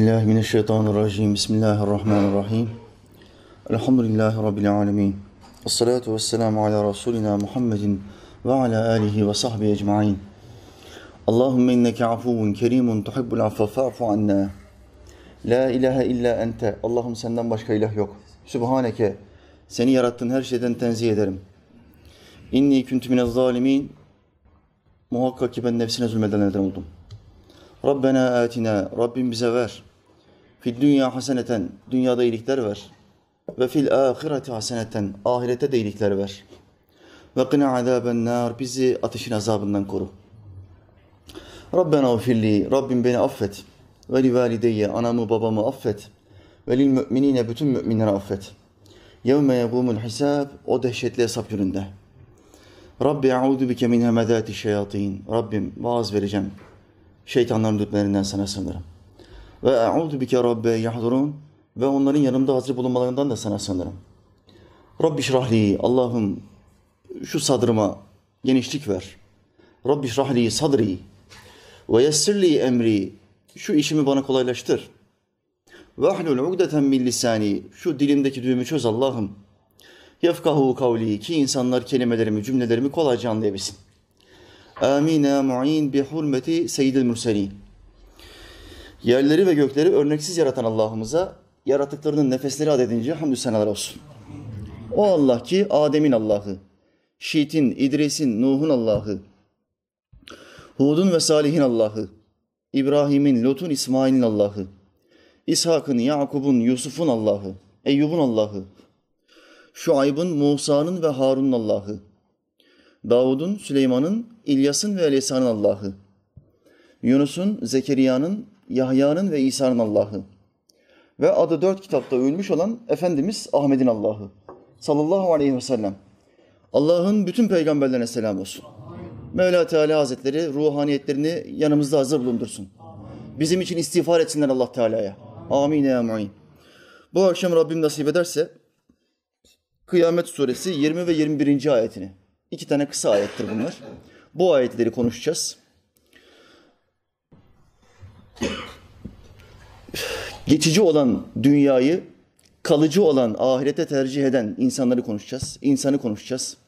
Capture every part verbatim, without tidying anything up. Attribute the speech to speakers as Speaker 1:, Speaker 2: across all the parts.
Speaker 1: Euzubillahimineşşeytanirracim. Bismillahirrahmanirrahim. Elhamdülillahi Rabbil alemin. Esselatu vesselamu ala Resulina Muhammedin ve ala alihi ve sahbihi ecma'in. Allahümme inneke afuvun kerimun tuhibbul affa fa'fu anna. La ilahe illa ente. Allah'ım senden başka ilah yok. Sübhaneke. Seni yarattığın her şeyden tenzih ederim. İnni kuntu minez zalimin. Muhakkak ki ben nefsine zulmedenlerden oldum. Rabbena atina. Rabbim bize ver. Fid dünya haseneten. Dünyada iyilikler ver. Ve fil ahireti haseneten. Ahirete de iyilikler ver. Ve qina azaben nar. Bizi ateşin azabından koru. Rabbena ufirli. Rabbim beni affet. Ve li valideyye. Anamı babamı affet. Ve lil müminine. Bütün müminleri affet. Yevme yegumul hisab. O dehşetli hesap gününde. Rabbi e'udu bike min hemedati şeyatin. Rabbim vaaz vereceğim. Şeytanların dürtmelerinden sana sığınırım. Ve e'udu bike rabbe yahdurun. Ve onların yanımda hazır bulunmalarından da sana sığınırım. Rabbi şrahli. Allah'ım şu sadrıma genişlik ver. Rabbi şrahli sadri. Ve yessirli emri. Şu işimi bana kolaylaştır. Ve ahlul ugdeten min lisani. Şu dilimdeki düğümü çöz Allah'ım. Yefkahu kavli. Ki insanlar kelimelerimi, cümlelerimi kolayca anlayabilsin. Amin ya mu'in bi hurmeti seyyidil mürselin. Yerleri ve gökleri örneksiz yaratan Allah'ımıza yaratıklarının nefesleri adedince hamdü senalar olsun. O Allah ki Adem'in Allah'ı, Şit'in, İdris'in, Nuh'un Allah'ı, Hud'un ve Salih'in Allah'ı, İbrahim'in, Lut'un, İsmail'in Allah'ı, İshak'ın, Yakub'un, Yusuf'un Allah'ı, Eyyub'un Allah'ı, Şuayb'ın, Musa'nın ve Harun'un Allah'ı, Davud'un, Süleyman'ın, İlyas'ın ve Elisa'nın Allah'ı, Yunus'un, Zekeriya'nın, Yahya'nın ve İsa'nın Allah'ı ve adı dört kitapta övülmüş olan Efendimiz Ahmet'in Allah'ı sallallahu aleyhi ve sellem. Allah'ın bütün peygamberlerine selam olsun. Mevla Teala Hazretleri ruhaniyetlerini yanımızda hazır bulundursun. Bizim için istiğfar etsinler Allah Teala'ya. Amin ya mu'in. Bu akşam Rabbim nasip ederse Kıyamet Suresi yirmi ve yirmi birinci ayetini. İki tane kısa ayettir bunlar. Bu ayetleri konuşacağız. Geçici olan dünyayı, kalıcı olan ahirete tercih eden insanları konuşacağız. İnsanı konuşacağız.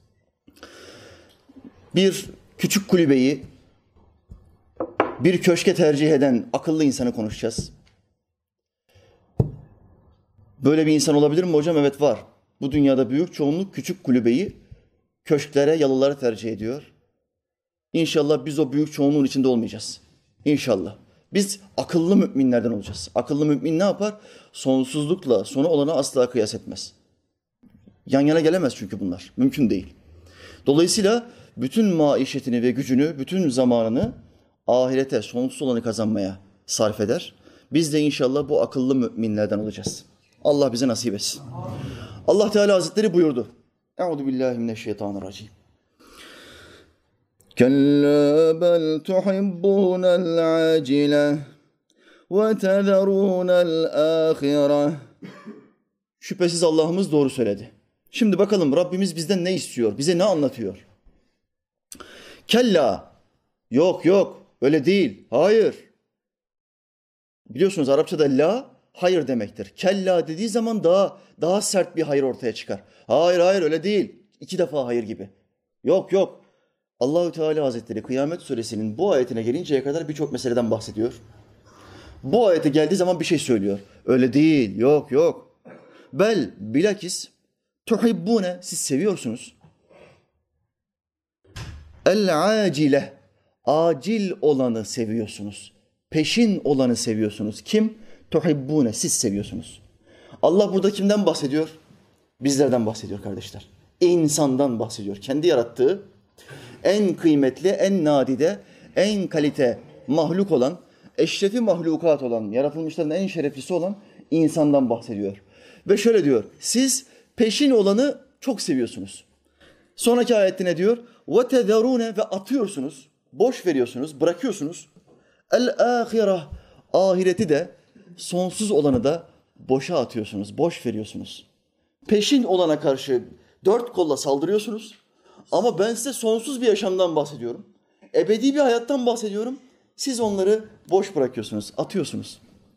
Speaker 1: Bir küçük kulübeyi, bir köşke tercih eden akıllı insanı konuşacağız. Böyle bir insan olabilir mi hocam? Evet var. Bu dünyada büyük çoğunluk küçük kulübeyi köşklere, yalılara tercih ediyor. İnşallah biz o büyük çoğunluğun içinde olmayacağız. İnşallah. Biz akıllı müminlerden olacağız. Akıllı mümin ne yapar? Sonsuzlukla sonu olana asla kıyas etmez. Yan yana gelemez çünkü bunlar. Mümkün değil. Dolayısıyla bütün maişetini ve gücünü, bütün zamanını ahirete, sonsuz olanı kazanmaya sarf eder. Biz de inşallah bu akıllı müminlerden olacağız. Allah bize nasip etsin. Allah Teala Hazretleri buyurdu. Euzubillahimineşşeytanirracim. Kella bel tuhibbunel acile ve tezerunel ahire. Şüphesiz Allah'ımız doğru söyledi. Şimdi bakalım Rabbimiz bizden ne istiyor? Bize ne anlatıyor? Kella. Yok yok öyle değil. Hayır. Biliyorsunuz Arapçada la hayır demektir. Kella dediği zaman daha daha sert bir hayır ortaya çıkar. Hayır hayır öyle değil. İki defa hayır gibi. Yok yok. Allahü Teala Hazretleri Kıyamet Suresinin bu ayetine gelinceye kadar birçok meseleden bahsediyor. Bu ayete geldiği zaman bir şey söylüyor. Öyle değil. Yok yok. Bel bilakis tuhibbune siz seviyorsunuz. El acile acil olanı seviyorsunuz. Peşin olanı seviyorsunuz. Kim? Tuhibbune siz seviyorsunuz. Allah burada kimden bahsediyor? Bizlerden bahsediyor kardeşler. İnsandan bahsediyor. Kendi yarattığı en kıymetli, en nadide, en kalite mahluk olan, eşrefi mahlukat olan, yaratılmışların en şereflisi olan insandan bahsediyor. Ve şöyle diyor, siz peşin olanı çok seviyorsunuz. Sonraki ayette ne diyor? وَتَذَرُونَ ve atıyorsunuz, boş veriyorsunuz, bırakıyorsunuz. El-âhireh, ahireti de, sonsuz olanı da boşa atıyorsunuz, boş veriyorsunuz. Peşin olana karşı dört kolla saldırıyorsunuz. Ama ben size sonsuz bir yaşamdan bahsediyorum. Ebedi bir hayattan bahsediyorum. Siz onları boş bırakıyorsunuz, atıyorsunuz.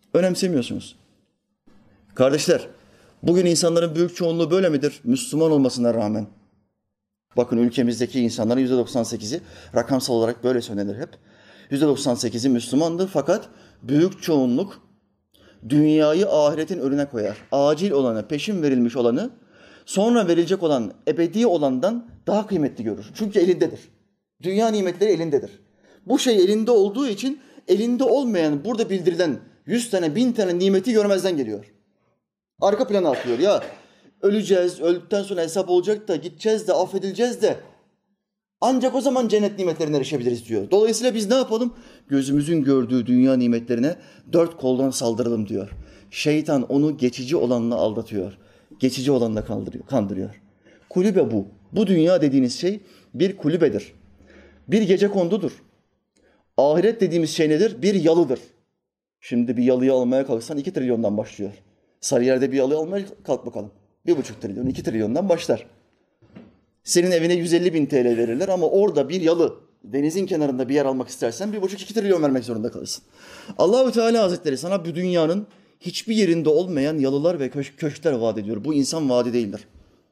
Speaker 1: Önemsemiyorsunuz. Kardeşler, bugün insanların büyük çoğunluğu böyle midir? Müslüman olmasına rağmen. Bakın ülkemizdeki insanların yüzde doksan sekizi rakamsal olarak böyle söylenir hep. yüzde doksan sekizi Müslümandır fakat büyük çoğunluk dünyayı ahiretin önüne koyar. Acil olanı, peşin verilmiş olanı sonra verilecek olan ebedi olandan daha kıymetli görür. Çünkü elindedir. Dünya nimetleri elindedir. Bu şey elinde olduğu için elinde olmayan burada bildirilen yüz tane, bin tane nimeti görmezden geliyor. Arka plana atıyor. Ya öleceğiz, öldükten sonra hesap olacak da, gideceğiz de, affedileceğiz de ancak o zaman cennet nimetlerine erişebiliriz diyor. Dolayısıyla biz ne yapalım? Gözümüzün gördüğü dünya nimetlerine dört koldan saldıralım diyor. Şeytan onu geçici olanla aldatıyor. Geçici olanla kandırıyor. kandırıyor. Kulübe bu. Bu dünya dediğiniz şey bir kulübedir. Bir gecekondudur. Ahiret dediğimiz şey nedir? Bir yalıdır. Şimdi bir yalıyı almaya kalksan iki trilyondan başlıyor. Sarıyer'de bir yalı almaya kalk bakalım. Bir buçuk trilyon, iki trilyondan başlar. Senin evine yüz elli bin T L verirler ama orada bir yalı, denizin kenarında bir yer almak istersen bir buçuk iki trilyon vermek zorunda kalırsın. Allah-u Teala Hazretleri sana bu dünyanın hiçbir yerinde olmayan yalılar ve köş- köşkler vaat ediyor. Bu insan vaadi değildir.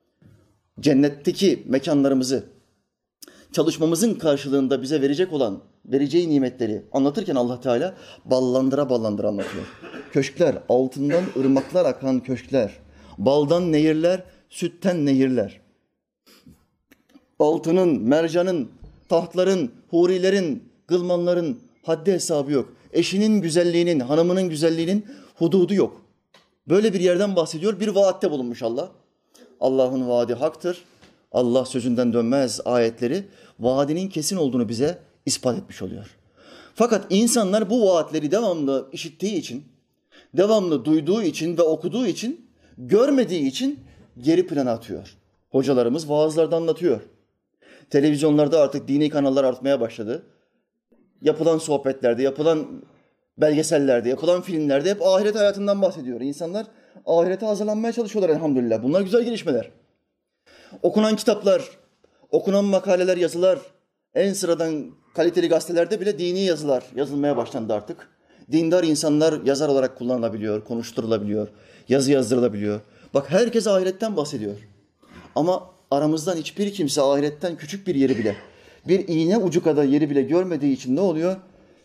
Speaker 1: Cennetteki mekanlarımızı, çalışmamızın karşılığında bize verecek olan, vereceği nimetleri anlatırken Allah Teala ballandıra ballandıra anlatıyor. Köşkler, altından ırmaklar akan köşkler, baldan nehirler, sütten nehirler. Altının, mercanın, tahtların, hurilerin, gılmanların haddi hesabı yok. Eşinin güzelliğinin, hanımının güzelliğinin hududu yok. Böyle bir yerden bahsediyor, bir vaatte bulunmuş Allah. Allah'ın vaadi haktır. Allah sözünden dönmez ayetleri vaadinin kesin olduğunu bize ispat etmiş oluyor. Fakat insanlar bu vaatleri devamlı işittiği için, devamlı duyduğu için ve okuduğu için, görmediği için geri plana atıyor. Hocalarımız vaazlarda anlatıyor. Televizyonlarda artık dini kanallar artmaya başladı. Yapılan sohbetlerde, yapılan belgesellerde, yapılan filmlerde hep ahiret hayatından bahsediyor. İnsanlar ahirete hazırlanmaya çalışıyorlar elhamdülillah. Bunlar güzel gelişmeler. Okunan kitaplar, okunan makaleler, yazılar, en sıradan kaliteli gazetelerde bile dini yazılar yazılmaya başlandı artık. Dindar insanlar yazar olarak kullanılabiliyor, konuşturulabiliyor, yazı yazdırılabiliyor. Bak herkes ahiretten bahsediyor. Ama aramızdan hiçbir kimse ahiretten küçük bir yeri bile, bir iğne ucu kadar yeri bile görmediği için ne oluyor?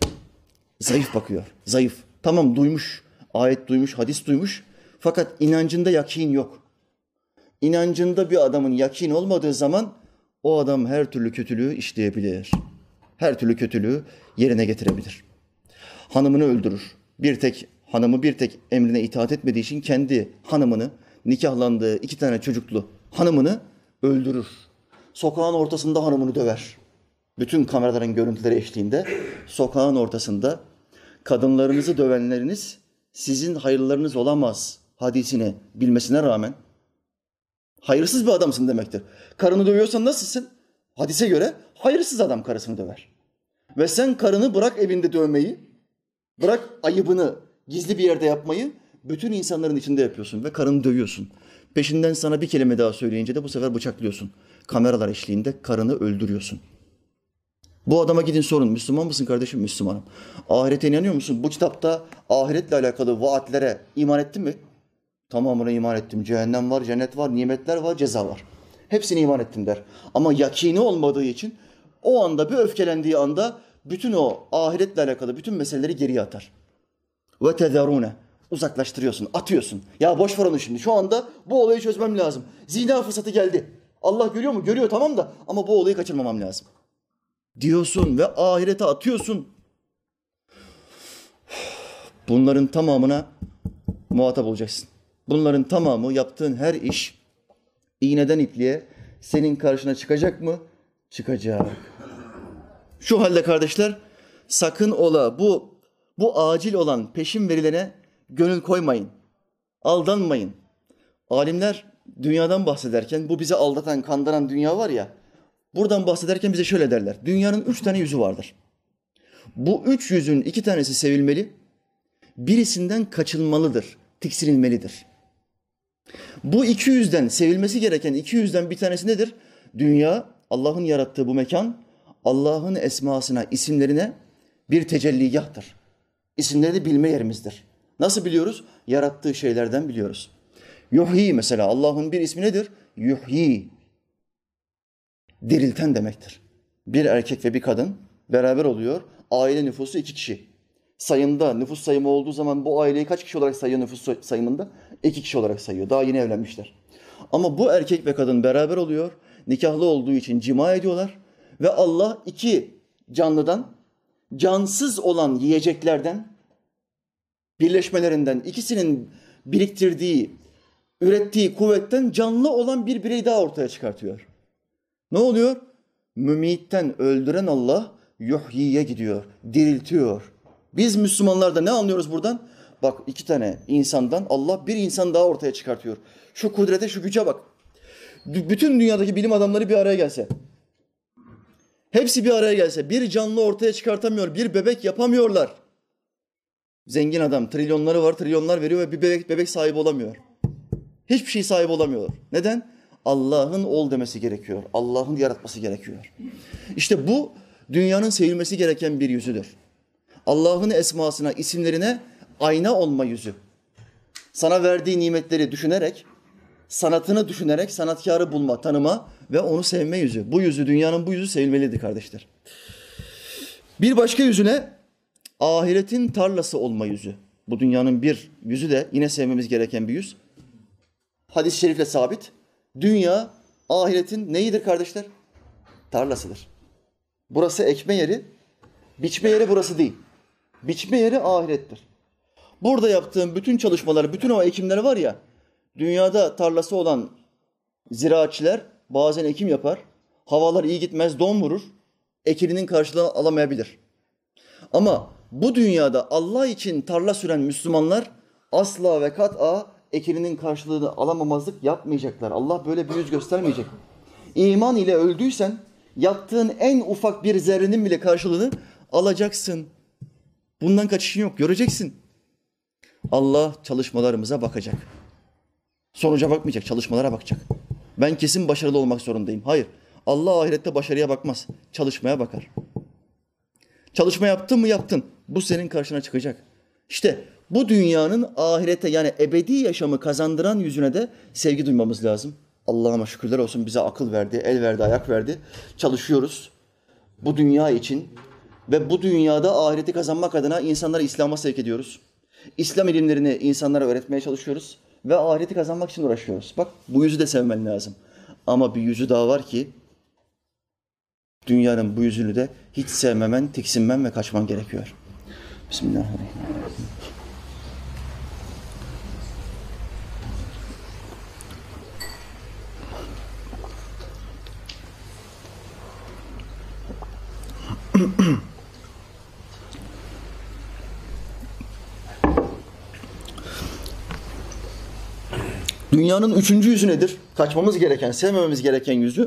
Speaker 1: Zayıf bakıyor, zayıf. Tamam duymuş, ayet duymuş, hadis duymuş fakat inancında yakin yok. İnancında bir adamın yakin olmadığı zaman o adam her türlü kötülüğü işleyebilir. Her türlü kötülüğü yerine getirebilir. Hanımını öldürür. Bir tek hanımı bir tek emrine itaat etmediği için kendi hanımını, nikahlandığı iki tane çocuklu hanımını öldürür. Sokağın ortasında hanımını döver. Bütün kameraların görüntüleri eşliğinde sokağın ortasında kadınlarınızı dövenleriniz sizin hayırlarınız olamaz hadisini bilmesine rağmen hayırsız bir adamsın demektir. Karını dövüyorsan nasılsın? Hadise göre hayırsız adam karısını döver. Ve sen karını bırak evinde dövmeyi, bırak ayıbını gizli bir yerde yapmayı, bütün insanların içinde yapıyorsun ve karını dövüyorsun. Peşinden sana bir kelime daha söyleyince de bu sefer bıçaklıyorsun. Kameralar eşliğinde karını öldürüyorsun. Bu adama gidin sorun. Müslüman mısın kardeşim? Müslümanım. Ahirete inanıyor musun? Bu kitapta ahiretle alakalı vaatlere iman ettin mi? Tamamına iman ettim. Cehennem var, cennet var, nimetler var, ceza var. Hepsine iman ettim der. Ama yakini olmadığı için o anda bir öfkelendiği anda bütün o ahiretle alakalı bütün meseleleri geriye atar. Ve tezerune. Uzaklaştırıyorsun, atıyorsun. Ya boş ver onu şimdi. Şu anda bu olayı çözmem lazım. Zina fırsatı geldi. Allah görüyor mu? Görüyor tamam da ama bu olayı kaçırmamam lazım. Diyorsun ve ahirete atıyorsun. Bunların tamamına muhatap olacaksın. Bunların tamamı yaptığın her iş iğneden ipliğe senin karşına çıkacak mı? Çıkacak. Şu halde kardeşler sakın ola bu bu acil olan peşin verilene gönül koymayın. Aldanmayın. Alimler dünyadan bahsederken bu bizi aldatan, kandıran dünya var ya, buradan bahsederken bize şöyle derler. Dünyanın üç tane yüzü vardır. Bu üç yüzün iki tanesi sevilmeli, birisinden kaçınmalıdır, tiksinilmelidir. Bu iki yüzden, sevilmesi gereken iki yüzden bir tanesi nedir? Dünya, Allah'ın yarattığı bu mekan, Allah'ın esmasına, isimlerine bir tecelligahtır. İsimlerini bilme yerimizdir. Nasıl biliyoruz? Yarattığı şeylerden biliyoruz. Yuhyi mesela, Allah'ın bir ismi nedir? Yuhyi. Dirilten demektir. Bir erkek ve bir kadın beraber oluyor. Aile nüfusu iki kişi. Sayımda, nüfus sayımı olduğu zaman bu aileyi kaç kişi olarak sayıyor nüfus sayımında? İki kişi olarak sayıyor. Daha yeni evlenmişler. Ama bu erkek ve kadın beraber oluyor. Nikahlı olduğu için cima ediyorlar. Ve Allah iki canlıdan, cansız olan yiyeceklerden, birleşmelerinden, ikisinin biriktirdiği, ürettiği kuvvetten canlı olan bir birey daha ortaya çıkartıyor. Ne oluyor? Mümitten öldüren Allah yuhyiye gidiyor, diriltiyor. Biz Müslümanlar da ne anlıyoruz buradan? Bak, iki tane insandan Allah bir insan daha ortaya çıkartıyor. Şu kudrete, şu güce bak. Bütün dünyadaki bilim adamları bir araya gelse, hepsi bir araya gelse bir canlı ortaya çıkartamıyor, bir bebek yapamıyorlar. Zengin adam, trilyonları var, trilyonlar veriyor ve bir bebek, bebek sahibi olamıyor. Hiçbir şey sahibi olamıyorlar. Neden? Allah'ın ol demesi gerekiyor. Allah'ın yaratması gerekiyor. İşte bu dünyanın sevilmesi gereken bir yüzüdür. Allah'ın esmasına, isimlerine ayna olma yüzü. Sana verdiği nimetleri düşünerek, sanatını düşünerek sanatkarı bulma, tanıma ve onu sevme yüzü. Bu yüzü, dünyanın bu yüzü sevilmelidir kardeşler. Bir başka yüzüne ahiretin tarlası olma yüzü. Bu dünyanın bir yüzü de yine sevmemiz gereken bir yüz. Hadis-i şerifle sabit. Dünya ahiretin neyidir kardeşler? Tarlasıdır. Burası ekme yeri, biçme yeri burası değil. Biçme yeri ahirettir. Burada yaptığım bütün çalışmalar, bütün o ekimler var ya, dünyada tarlası olan ziraatçiler bazen ekim yapar, havalar iyi gitmez, don vurur, ekilinin karşılığını alamayabilir. Ama bu dünyada Allah için tarla süren Müslümanlar asla ve kat'a ekilinin karşılığını alamamazlık yapmayacaklar. Allah böyle bir yüz göstermeyecek. İman ile öldüysen yaptığın en ufak bir zerrenin bile karşılığını alacaksın. Bundan kaçışın yok, göreceksin. Allah çalışmalarımıza bakacak. Sonuca bakmayacak, çalışmalara bakacak. Ben kesin başarılı olmak zorundayım. Hayır, Allah ahirette başarıya bakmaz, çalışmaya bakar. Çalışma yaptın mı yaptın, bu senin karşına çıkacak. İşte bu dünyanın ahirete, yani ebedi yaşamı kazandıran yüzüne de sevgi duymamız lazım. Allah'ıma şükürler olsun, bize akıl verdi, el verdi, ayak verdi. Çalışıyoruz bu dünya için ve bu dünyada ahireti kazanmak adına insanları İslam'a sevk ediyoruz. İslam ilimlerini insanlara öğretmeye çalışıyoruz ve ahireti kazanmak için uğraşıyoruz. Bak, bu yüzü de sevmen lazım. Ama bir yüzü daha var ki dünyanın bu yüzünü de hiç sevmemen, tiksinmen ve kaçman gerekiyor. Bismillahirrahmanirrahim. Dünyanın üçüncü yüzü nedir? Kaçmamız gereken, sevmememiz gereken yüzü.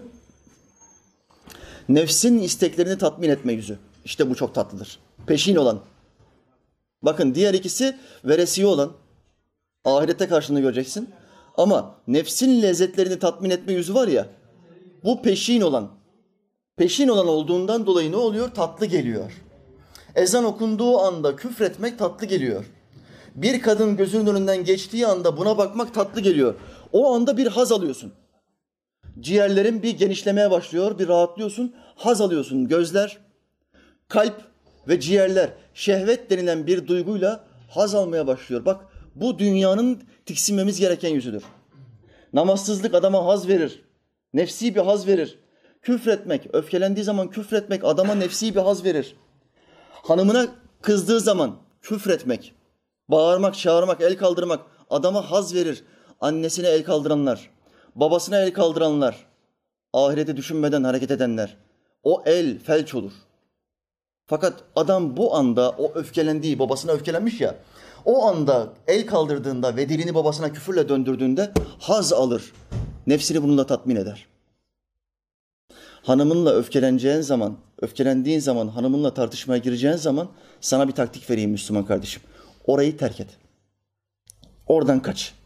Speaker 1: Nefsin isteklerini tatmin etme yüzü. İşte bu çok tatlıdır. Peşin olan. Bakın, diğer ikisi veresiye olan. Ahirette karşılığını göreceksin. Ama nefsin lezzetlerini tatmin etme yüzü var ya, bu peşin olan. Peşin olan olduğundan dolayı ne oluyor? Tatlı geliyor. Ezan okunduğu anda küfretmek tatlı geliyor. Bir kadın gözünün önünden geçtiği anda buna bakmak tatlı geliyor. O anda bir haz alıyorsun. Ciğerlerin bir genişlemeye başlıyor, bir rahatlıyorsun, haz alıyorsun. Gözler, kalp ve ciğerler şehvet denilen bir duyguyla haz almaya başlıyor. Bak, bu dünyanın tiksinmemiz gereken yüzüdür. Namazsızlık adama haz verir. Nefsi bir haz verir. Küfretmek, öfkelendiği zaman küfretmek adama nefsi bir haz verir. Hanımına kızdığı zaman küfretmek, bağırmak, çağırmak, el kaldırmak adama haz verir. Annesine el kaldıranlar, babasına el kaldıranlar, ahireti düşünmeden hareket edenler, o el felç olur. Fakat adam bu anda o öfkelendiği, babasına öfkelenmiş ya, o anda el kaldırdığında ve dilini babasına küfürle döndürdüğünde haz alır. Nefsini bununla tatmin eder. Hanımınla öfkeleneceğin zaman, öfkelendiğin zaman, hanımınla tartışmaya gireceğin zaman sana bir taktik vereyim Müslüman kardeşim. Orayı terk et. Oradan kaç.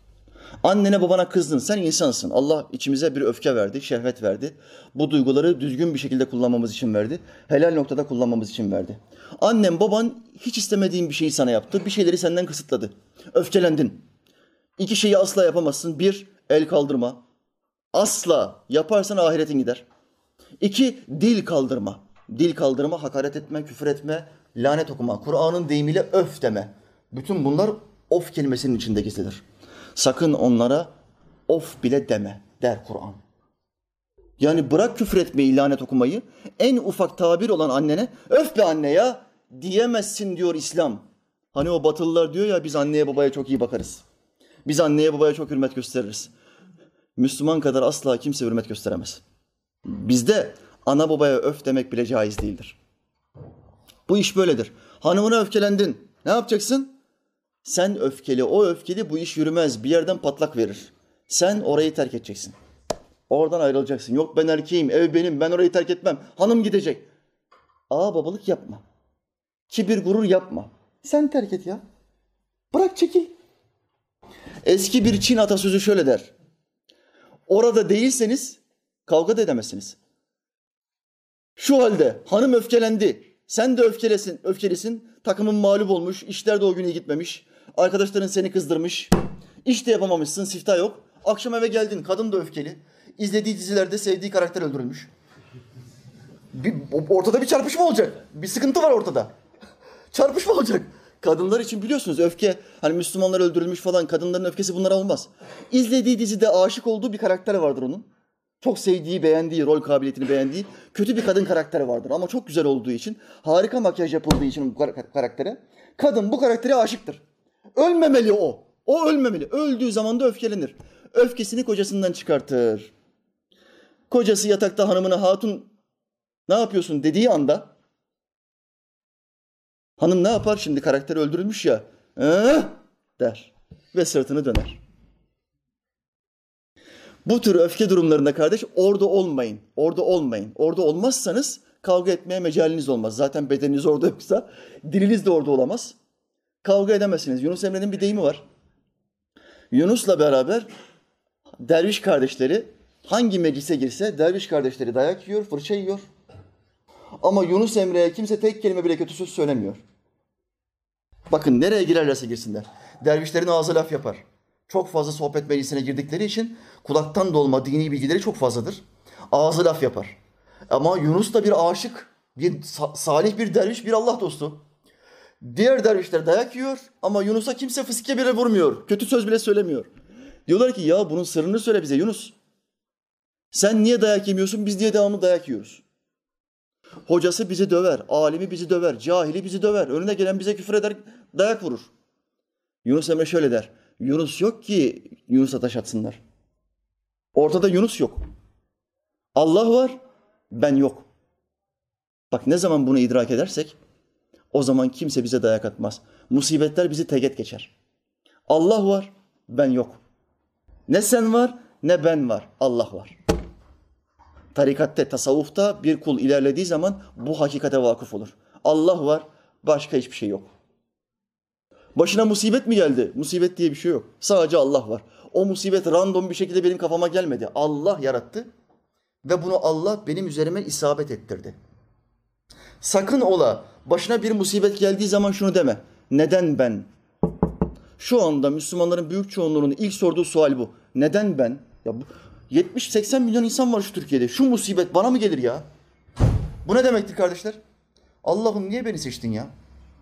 Speaker 1: Annene babana kızdın, sen insansın. Allah içimize bir öfke verdi, şehvet verdi. Bu duyguları düzgün bir şekilde kullanmamız için verdi. Helal noktada kullanmamız için verdi. Annen baban hiç istemediğin bir şeyi sana yaptı, bir şeyleri senden kısıtladı. Öfkelendin. İki şeyi asla yapamazsın. Bir, el kaldırma. Asla yaparsan ahiretin gider. İki, dil kaldırma. Dil kaldırma, hakaret etme, küfür etme, lanet okuma. Kur'an'ın deyimiyle öf deme. Bütün bunlar of kelimesinin içinde gizlidir. Sakın onlara of bile deme der Kur'an. Yani bırak küfür etmeyi, lanet okumayı, en ufak tabir olan annene öf be anne ya diyemezsin diyor İslam. Hani o Batılılar diyor ya biz anneye babaya çok iyi bakarız. Biz anneye babaya çok hürmet gösteririz. Müslüman kadar asla kimse hürmet gösteremez. Bizde ana babaya öf demek bile caiz değildir. Bu iş böyledir. Hanımına öfkelendin. Ne yapacaksın? Sen öfkeli, o öfkeli, bu iş yürümez. Bir yerden patlak verir. Sen orayı terk edeceksin. Oradan ayrılacaksın. Yok ben erkeğim, ev benim, ben orayı terk etmem. Hanım gidecek. Aa babalık yapma. Kibir, gurur yapma. Sen terk et ya. Bırak çekil. Eski bir Çin atasözü şöyle der. Orada değilseniz kavga da edemezsiniz. Şu halde hanım öfkelendi. Sen de öfkelesin, öfkelisin. Takımın mağlup olmuş. İşler de o gün iyi gitmemiş. Arkadaşların seni kızdırmış. İş de yapamamışsın. Siftah yok. Akşam eve geldin. Kadın da öfkeli. İzlediği dizilerde sevdiği karakter öldürülmüş. Bir, ortada bir çarpışma olacak. Bir sıkıntı var ortada. Çarpışma olacak. Kadınlar için biliyorsunuz öfke, hani Müslümanlar öldürülmüş falan, kadınların öfkesi bunlara olmaz. İzlediği dizide aşık olduğu bir karakter vardır onun. Çok sevdiği, beğendiği, rol kabiliyetini beğendiği kötü bir kadın karakteri vardır. Ama çok güzel olduğu için, harika makyaj yapıldığı için bu karaktere, kadın bu karaktere aşıktır. Ölmemeli o. O ölmemeli. Öldüğü zaman da öfkelenir. Öfkesini kocasından çıkartır. Kocası yatakta hanımına hatun ne yapıyorsun dediği anda hanım ne yapar? Şimdi karakter öldürülmüş ya. Eh! Der ve sırtını döner. Bu tür öfke durumlarında kardeş orada olmayın. Orada olmayın. Orada olmazsanız kavga etmeye mecaliniz olmaz. Zaten bedeniniz orada yoksa diliniz de orada olamaz. Kavga edemezsiniz. Yunus Emre'nin bir deyimi var. Yunus'la beraber derviş kardeşleri hangi meclise girse derviş kardeşleri dayak yiyor, fırça yiyor. Ama Yunus Emre'ye kimse tek kelime bile kötü söz söylemiyor. Bakın nereye girerlerse girsinler. Dervişlerin ağzı laf yapar. Çok fazla sohbet meclisine girdikleri için kulaktan dolma dini bilgileri çok fazladır. Ağzı laf yapar. Ama Yunus da bir aşık, bir salih bir derviş, bir Allah dostu. Diğer dervişler dayak yiyor ama Yunus'a kimse fıskiye bile vurmuyor. Kötü söz bile söylemiyor. Diyorlar ki ya bunun sırrını söyle bize Yunus. Sen niye dayak yemiyorsun? Biz niye devamlı dayak yiyoruz? Hocası bizi döver, alimi bizi döver, cahili bizi döver. Önüne gelen bize küfür eder, dayak vurur. Yunus Emre şöyle der. Yunus yok ki Yunus'a taş atsınlar. Ortada Yunus yok. Allah var, ben yok. Bak ne zaman bunu idrak edersek o zaman kimse bize dayak atmaz. Musibetler bizi teğet geçer. Allah var, ben yok. Ne sen var, ne ben var. Allah var. Tarikatte, tasavvufta bir kul ilerlediği zaman bu hakikate vakıf olur. Allah var, başka hiçbir şey yok. Başına musibet mi geldi? Musibet diye bir şey yok. Sadece Allah var. O musibet random bir şekilde benim kafama gelmedi. Allah yarattı ve bunu Allah benim üzerime isabet ettirdi. Sakın ola başına bir musibet geldiği zaman şunu deme. Neden ben? Şu anda Müslümanların büyük çoğunluğunun ilk sorduğu sual bu. Neden ben? Ya bu yetmiş seksen milyon insan var şu Türkiye'de. Şu musibet bana mı gelir ya? Bu ne demektir kardeşler? Allah'ım niye beni seçtin ya?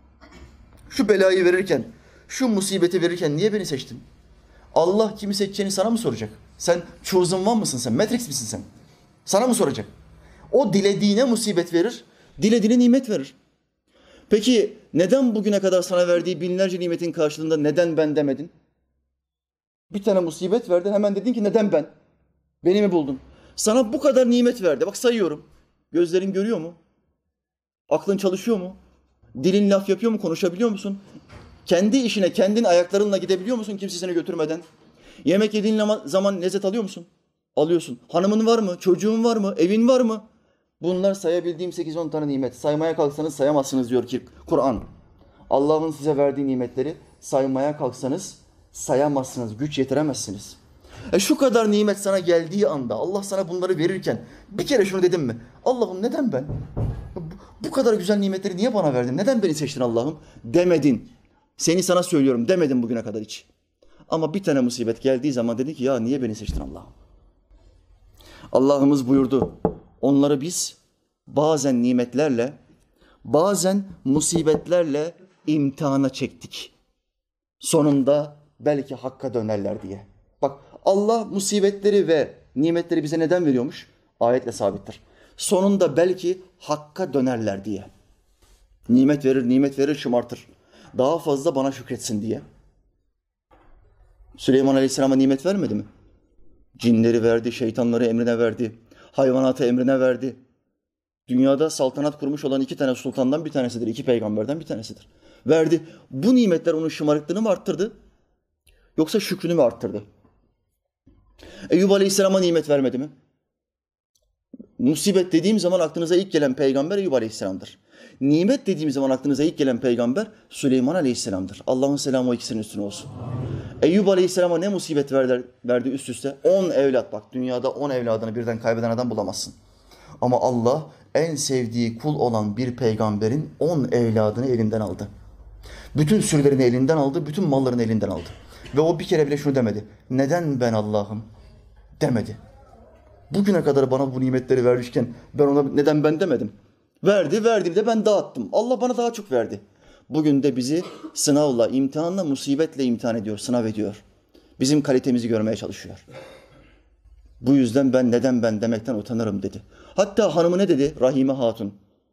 Speaker 1: Şu belayı verirken, şu musibeti verirken niye beni seçtin? Allah kimi seçeceğini sana mı soracak? Sen chosen one mısın sen? Matrix misin sen? Sana mı soracak? O dilediğine musibet verir, dilediğine nimet verir. Peki neden bugüne kadar sana verdiği binlerce nimetin karşılığında neden ben demedin? Bir tane musibet verdi, hemen dedin ki neden ben? Beni mi buldun? Sana bu kadar nimet verdi. Bak sayıyorum. Gözlerin görüyor mu? Aklın çalışıyor mu? Dilin laf yapıyor mu? Konuşabiliyor musun? Kendi işine kendin ayaklarınla gidebiliyor musun kimse seni götürmeden? Yemek yediğin zaman lezzet alıyor musun? Alıyorsun. Hanımın var mı? Çocuğun var mı? Evin var mı? Bunlar sayabildiğim sekiz on tane nimet. Saymaya kalksanız sayamazsınız diyor ki Kur'an. Allah'ın size verdiği nimetleri saymaya kalksanız sayamazsınız, güç yetiremezsiniz. E şu kadar nimet sana geldiği anda, Allah sana bunları verirken bir kere şunu dedin mi? Allah'ım neden ben? Bu, bu kadar güzel nimetleri niye bana verdin? Neden beni seçtin Allah'ım? Demedin. Seni sana söylüyorum demedin bugüne kadar hiç. Ama bir tane musibet geldiği zaman dedi ki ya niye beni seçtin Allah'ım? Allah'ımız buyurdu. Onları biz bazen nimetlerle, bazen musibetlerle imtihana çektik. Sonunda belki hakka dönerler diye. Bak Allah musibetleri ve nimetleri bize neden veriyormuş? Ayetle sabittir. Sonunda belki hakka dönerler diye. Nimet verir, nimet verir, şımartır. Daha fazla bana şükretsin diye. Süleyman Aleyhisselam'a nimet vermedi mi? Cinleri verdi, şeytanları emrine verdi, hayvanatı emrine verdi. Dünyada saltanat kurmuş olan iki tane sultandan bir tanesidir, iki peygamberden bir tanesidir. Verdi. Bu nimetler onun şımarıklığını mı arttırdı? Yoksa şükrünü mü arttırdı? Eyyub Aleyhisselam'a nimet vermedi mi? Musibet dediğim zaman aklınıza ilk gelen peygamber Eyyub Aleyhisselam'dır. Nimet dediğim zaman aklınıza ilk gelen peygamber Süleyman Aleyhisselam'dır. Allah'ın selamı o ikisinin üstüne olsun. Eyyub Aleyhisselam'a ne musibet verdi, verdi üst üste? On evlat. Bak dünyada on evladını birden kaybeden adam bulamazsın. Ama Allah en sevdiği kul olan bir peygamberin on evladını elinden aldı. Bütün sürülerini elinden aldı, bütün mallarını elinden aldı. Ve o bir kere bile şunu demedi. Neden ben Allah'ım? Demedi. Bugüne kadar bana bu nimetleri vermişken ben ona neden ben demedim. Verdi, verdiğimde ben dağıttım. Allah bana daha çok verdi. Bugün de bizi sınavla, imtihanla, musibetle imtihan ediyor, sınav ediyor. Bizim kalitemizi görmeye çalışıyor. Bu yüzden ben neden ben demekten utanırım dedi. Hatta hanımı ne dedi? Rahime Hatun.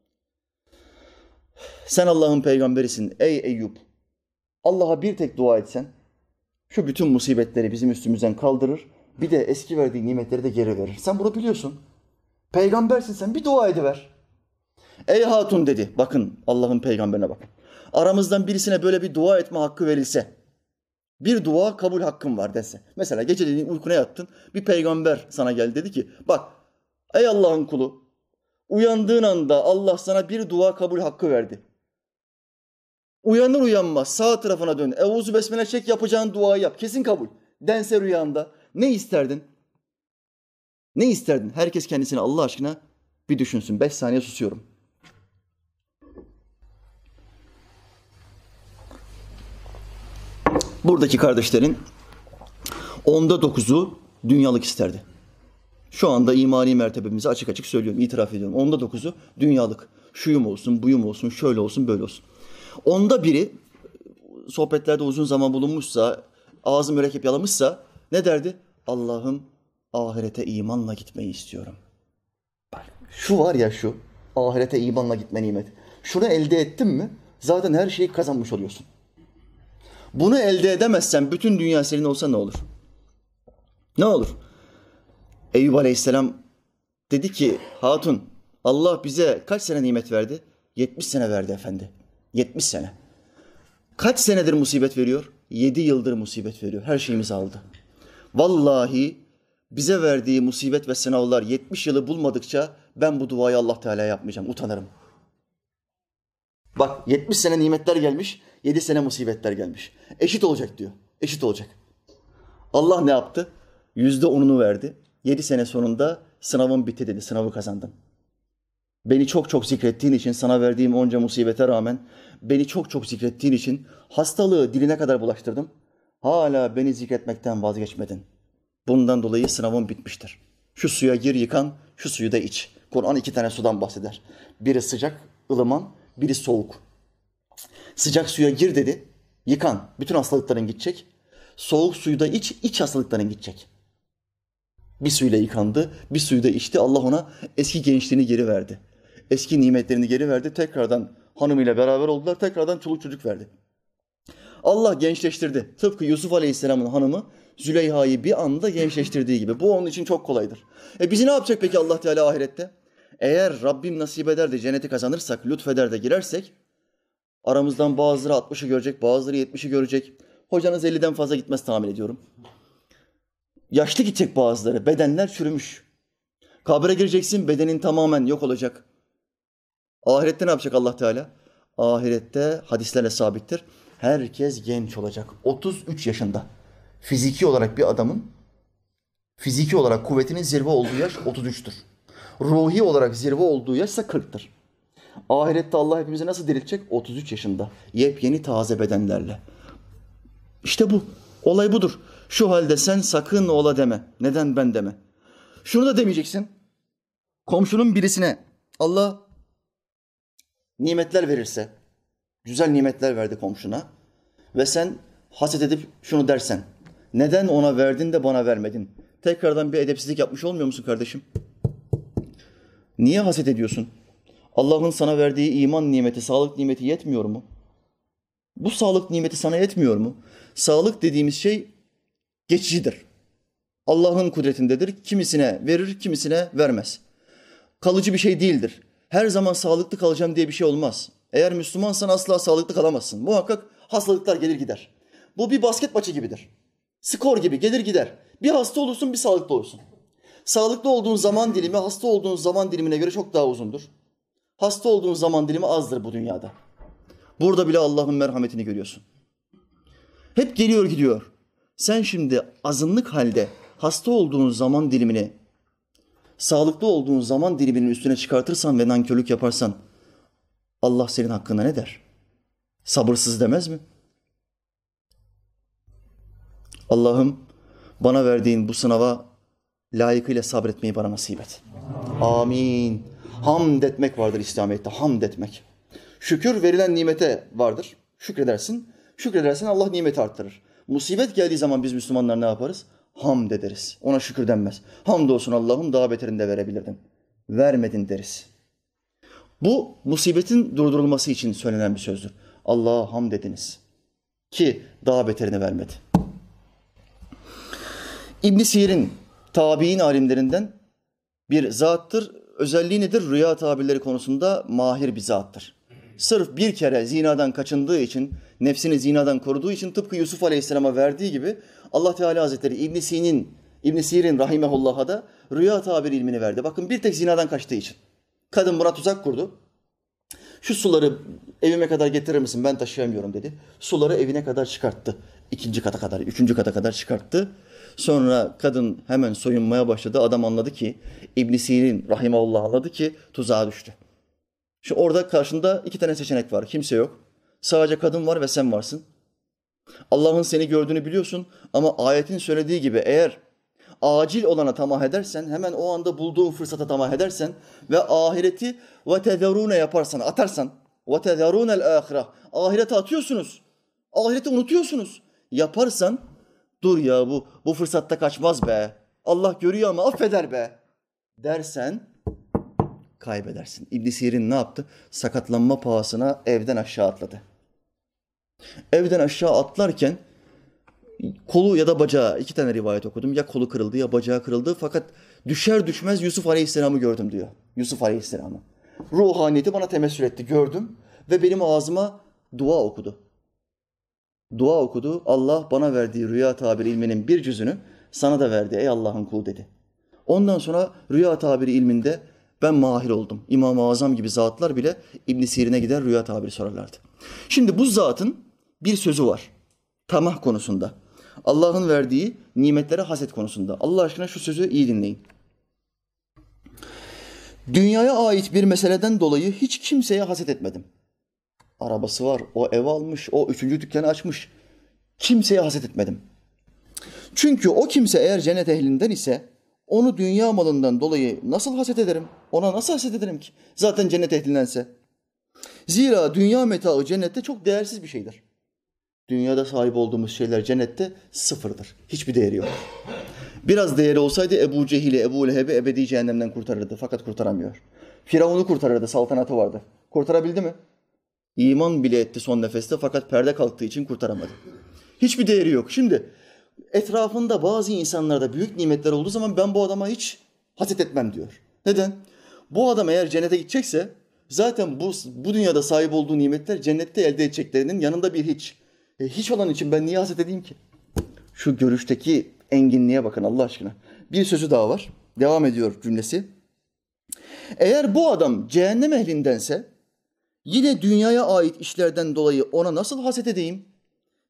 Speaker 1: Sen Allah'ın peygamberisin ey Eyüp. Allah'a bir tek dua etsen şu bütün musibetleri bizim üstümüzden kaldırır. Bir de eski verdiği nimetleri de geri verir. Sen bunu biliyorsun. Peygambersin sen bir dua ediver. Ey Hatun dedi. Bakın Allah'ın peygamberine bakın. Aramızdan birisine böyle bir dua etme hakkı verilse, bir dua kabul hakkın var dese. Mesela geceleyin uykuna yattın, bir peygamber sana geldi dedi ki, bak ey Allah'ın kulu, uyandığın anda Allah sana bir dua kabul hakkı verdi. Uyanır uyanmaz sağ tarafına dön, Eûzü besmele çek yapacağın duayı yap, kesin kabul. Dense rüyanda ne isterdin? Ne isterdin? Herkes kendisine Allah aşkına bir düşünsün. Beş saniye susuyorum. Buradaki kardeşlerin onda dokuzu dünyalık isterdi. Şu anda imani mertebemizi açık açık söylüyorum, itiraf ediyorum. Onda dokuzu dünyalık. Şuyum olsun, buyum olsun, şöyle olsun, böyle olsun. Onda biri sohbetlerde uzun zaman bulunmuşsa, ağzı mürekkep yalamışsa ne derdi? Allah'ım ahirete imanla gitmeyi istiyorum. Bak şu var ya şu, ahirete imanla gitme nimet. Şunu elde ettin mi zaten her şeyi kazanmış oluyorsun. Bunu elde edemezsen bütün dünya senin olsa ne olur? Ne olur? Eyüp Aleyhisselam dedi ki Hatun Allah bize kaç sene nimet verdi? yetmiş sene verdi efendi. yetmiş sene. Kaç senedir musibet veriyor? yedi yıldır musibet veriyor. Her şeyimizi aldı. Vallahi bize verdiği musibet ve sınavlar yetmiş yılı bulmadıkça ben bu duayı Allah Teala'ya yapmayacağım. Utanırım. Bak yetmiş sene nimetler gelmiş, yedi sene musibetler gelmiş. Eşit olacak diyor. Eşit olacak. Allah ne yaptı? Yüzde onunu verdi. Yedi sene sonunda sınavın bitti dedi. Sınavı kazandım. Beni çok çok zikrettiğin için, sana verdiğim onca musibete rağmen beni çok çok zikrettiğin için hastalığı diline kadar bulaştırdım. Hala beni zikretmekten vazgeçmedin. Bundan dolayı sınavın bitmiştir. Şu suya gir yıkan, şu suyu da iç. Kur'an iki tane sudan bahseder. Biri sıcak, ılıman, biri soğuk. Sıcak suya gir dedi, yıkan, bütün hastalıkların gidecek. Soğuk suyu da iç, iç hastalıkların gidecek. Bir suyla yıkandı, bir suyu da içti. Allah ona eski gençliğini geri verdi. Eski nimetlerini geri verdi. Tekrardan hanımıyla beraber oldular. Tekrardan çoluk çocuk verdi. Allah gençleştirdi. Tıpkı Yusuf Aleyhisselam'ın hanımı Züleyha'yı bir anda gençleştirdiği gibi. Bu onun için çok kolaydır. E bizi ne yapacak peki Allah Teala ahirette? Eğer Rabbim nasip eder de cenneti kazanırsak, lütfeder de girersek, aramızdan bazıları altmışı görecek, bazıları yetmişi görecek. Hocanız elliden fazla gitmez tahmin ediyorum. Yaşlı gidecek bazıları, bedenler çürümüş. Kabre gireceksin, bedenin tamamen yok olacak. Ahirette ne yapacak Allah Teala? Ahirette hadislerle sabittir. Herkes genç olacak. otuz üç yaşında. Fiziki olarak bir adamın, fiziki olarak kuvvetinin zirve olduğu yaş otuz üçtür. Ruhi olarak zirve olduğu yaş ise kırktır. Ahirette Allah hepimizi nasıl diriltecek? otuz üç yaşında. Yepyeni taze bedenlerle. İşte bu. Olay budur. Şu halde sen sakın ola deme. Neden ben deme. Şunu da demeyeceksin. Komşunun birisine Allah nimetler verirse, güzel nimetler verdi komşuna ve sen haset edip şunu dersen, neden ona verdin de bana vermedin? Tekrardan bir edepsizlik yapmış olmuyor musun kardeşim? Niye haset ediyorsun? Allah'ın sana verdiği iman nimeti, sağlık nimeti yetmiyor mu? Bu sağlık nimeti sana yetmiyor mu? Sağlık dediğimiz şey geçicidir. Allah'ın kudretindedir. Kimisine verir, kimisine vermez. Kalıcı bir şey değildir. Her zaman sağlıklı kalacağım diye bir şey olmaz. Eğer Müslümansan asla sağlıklı kalamazsın. Muhakkak hastalıklar gelir gider. Bu bir basket maçı gibidir. Skor gibi gelir gider. Bir hasta olursun, bir sağlıklı olursun. Sağlıklı olduğun zaman dilimi hasta olduğun zaman dilimine göre çok daha uzundur. Hasta olduğun zaman dilimi azdır bu dünyada. Burada bile Allah'ın merhametini görüyorsun. Hep geliyor gidiyor. Sen şimdi azınlık halde hasta olduğun zaman dilimini sağlıklı olduğun zaman diliminin üstüne çıkartırsan ve nankörlük yaparsan Allah senin hakkında ne der? Sabırsız demez mi? Allah'ım bana verdiğin bu sınava layıkıyla sabretmeyi bana nasip et. Amin. Hamd etmek vardır İslamiyet'te, hamd etmek. Şükür verilen nimete vardır. Şükredersin. Şükredersen Allah nimeti arttırır. Musibet geldiği zaman biz Müslümanlar ne yaparız? Hamd ederiz. Ona şükür denmez. Hamdolsun Allah'ım daha beterini de verebilirdin. Vermedin deriz. Bu musibetin durdurulması için söylenen bir sözdür. Allah'a hamd ediniz. Ki daha beterini vermedi. İbn-i Sirin, tabi'in alimlerinden bir zattır. Özelliği nedir? Rüya tabirleri konusunda mahir bir zattır. Sırf bir kere zinadan kaçındığı için, nefsini zinadan koruduğu için tıpkı Yusuf Aleyhisselam'a verdiği gibi Allah Teala Hazretleri İbn-i Sirin, İbn-i Sirin rahimehullah'a da rüya tabiri ilmini verdi. Bakın bir tek zinadan kaçtığı için. Kadın buna tuzak kurdu. Şu suları evime kadar getirir misin? Ben taşıyamıyorum dedi. Suları evine kadar çıkarttı. İkinci kata kadar, üçüncü kata kadar çıkarttı. Sonra kadın hemen soyunmaya başladı. Adam anladı ki, İbn-i Sirin rahimahullah anladı ki tuzağa düştü. Şu orada karşında iki tane seçenek var. Kimse yok. Sadece kadın var ve sen varsın. Allah'ın seni gördüğünü biliyorsun ama ayetin söylediği gibi eğer acil olana tamah edersen, hemen o anda bulduğun fırsata tamah edersen ve ahireti ve tezerune yaparsan, atarsan, ve tezerunel ahire, ahirete atıyorsunuz. Ahireti unutuyorsunuz. Yaparsan, dur ya bu bu fırsatta kaçmaz be. Allah görüyor ama affeder be dersen kaybedersin. İbn Sirin ne yaptı? Sakatlanma pahasına evden aşağı atladı. Evden aşağı atlarken kolu ya da bacağı, iki tane rivayet okudum. Ya kolu kırıldı ya bacağı kırıldı. Fakat düşer düşmez Yusuf Aleyhisselam'ı gördüm diyor. Yusuf Aleyhisselam'ı. Ruhaniyeti bana temessül etti. Gördüm ve benim ağzıma dua okudu. Dua okudu. Allah bana verdiği rüya tabiri ilminin bir cüzünü sana da verdi ey Allah'ın kulu dedi. Ondan sonra rüya tabiri ilminde ben mahir oldum. İmam-ı Azam gibi zatlar bile İbn Sirin'e gider rüya tabiri sorarlardı. Şimdi bu zatın bir sözü var. Tamah konusunda. Allah'ın verdiği nimetlere haset konusunda. Allah aşkına şu sözü iyi dinleyin. Dünyaya ait bir meseleden dolayı hiç kimseye haset etmedim. Arabası var, o ev almış, o üçüncü dükkanı açmış. Kimseye haset etmedim. Çünkü o kimse eğer cennet ehlinden ise onu dünya malından dolayı nasıl haset ederim? Ona nasıl haset ederim ki? Zaten cennet ehlindense. Zira dünya metaı cennette çok değersiz bir şeydir. Dünyada sahip olduğumuz şeyler cennette sıfırdır. Hiçbir değeri yok. Biraz değeri olsaydı Ebu Cehil'i, Ebu Leheb'i ebedi cehennemden kurtarırdı. Fakat kurtaramıyor. Firavun'u kurtarırdı, saltanatı vardı. Kurtarabildi mi? İman bile etti son nefeste fakat perde kalktığı için kurtaramadı. Hiçbir değeri yok. Şimdi etrafında bazı insanlarda büyük nimetler olduğu zaman ben bu adama hiç haset etmem diyor. Neden? Bu adam eğer cennete gidecekse zaten bu, bu dünyada sahip olduğu nimetler cennette elde edeceklerinin yanında bir hiç. E, hiç olan için ben niye haset edeyim ki? Şu görüşteki enginliğe bakın Allah aşkına. Bir sözü daha var. Devam ediyor cümlesi. Eğer bu adam cehennem ehlindense yine dünyaya ait işlerden dolayı ona nasıl haset edeyim?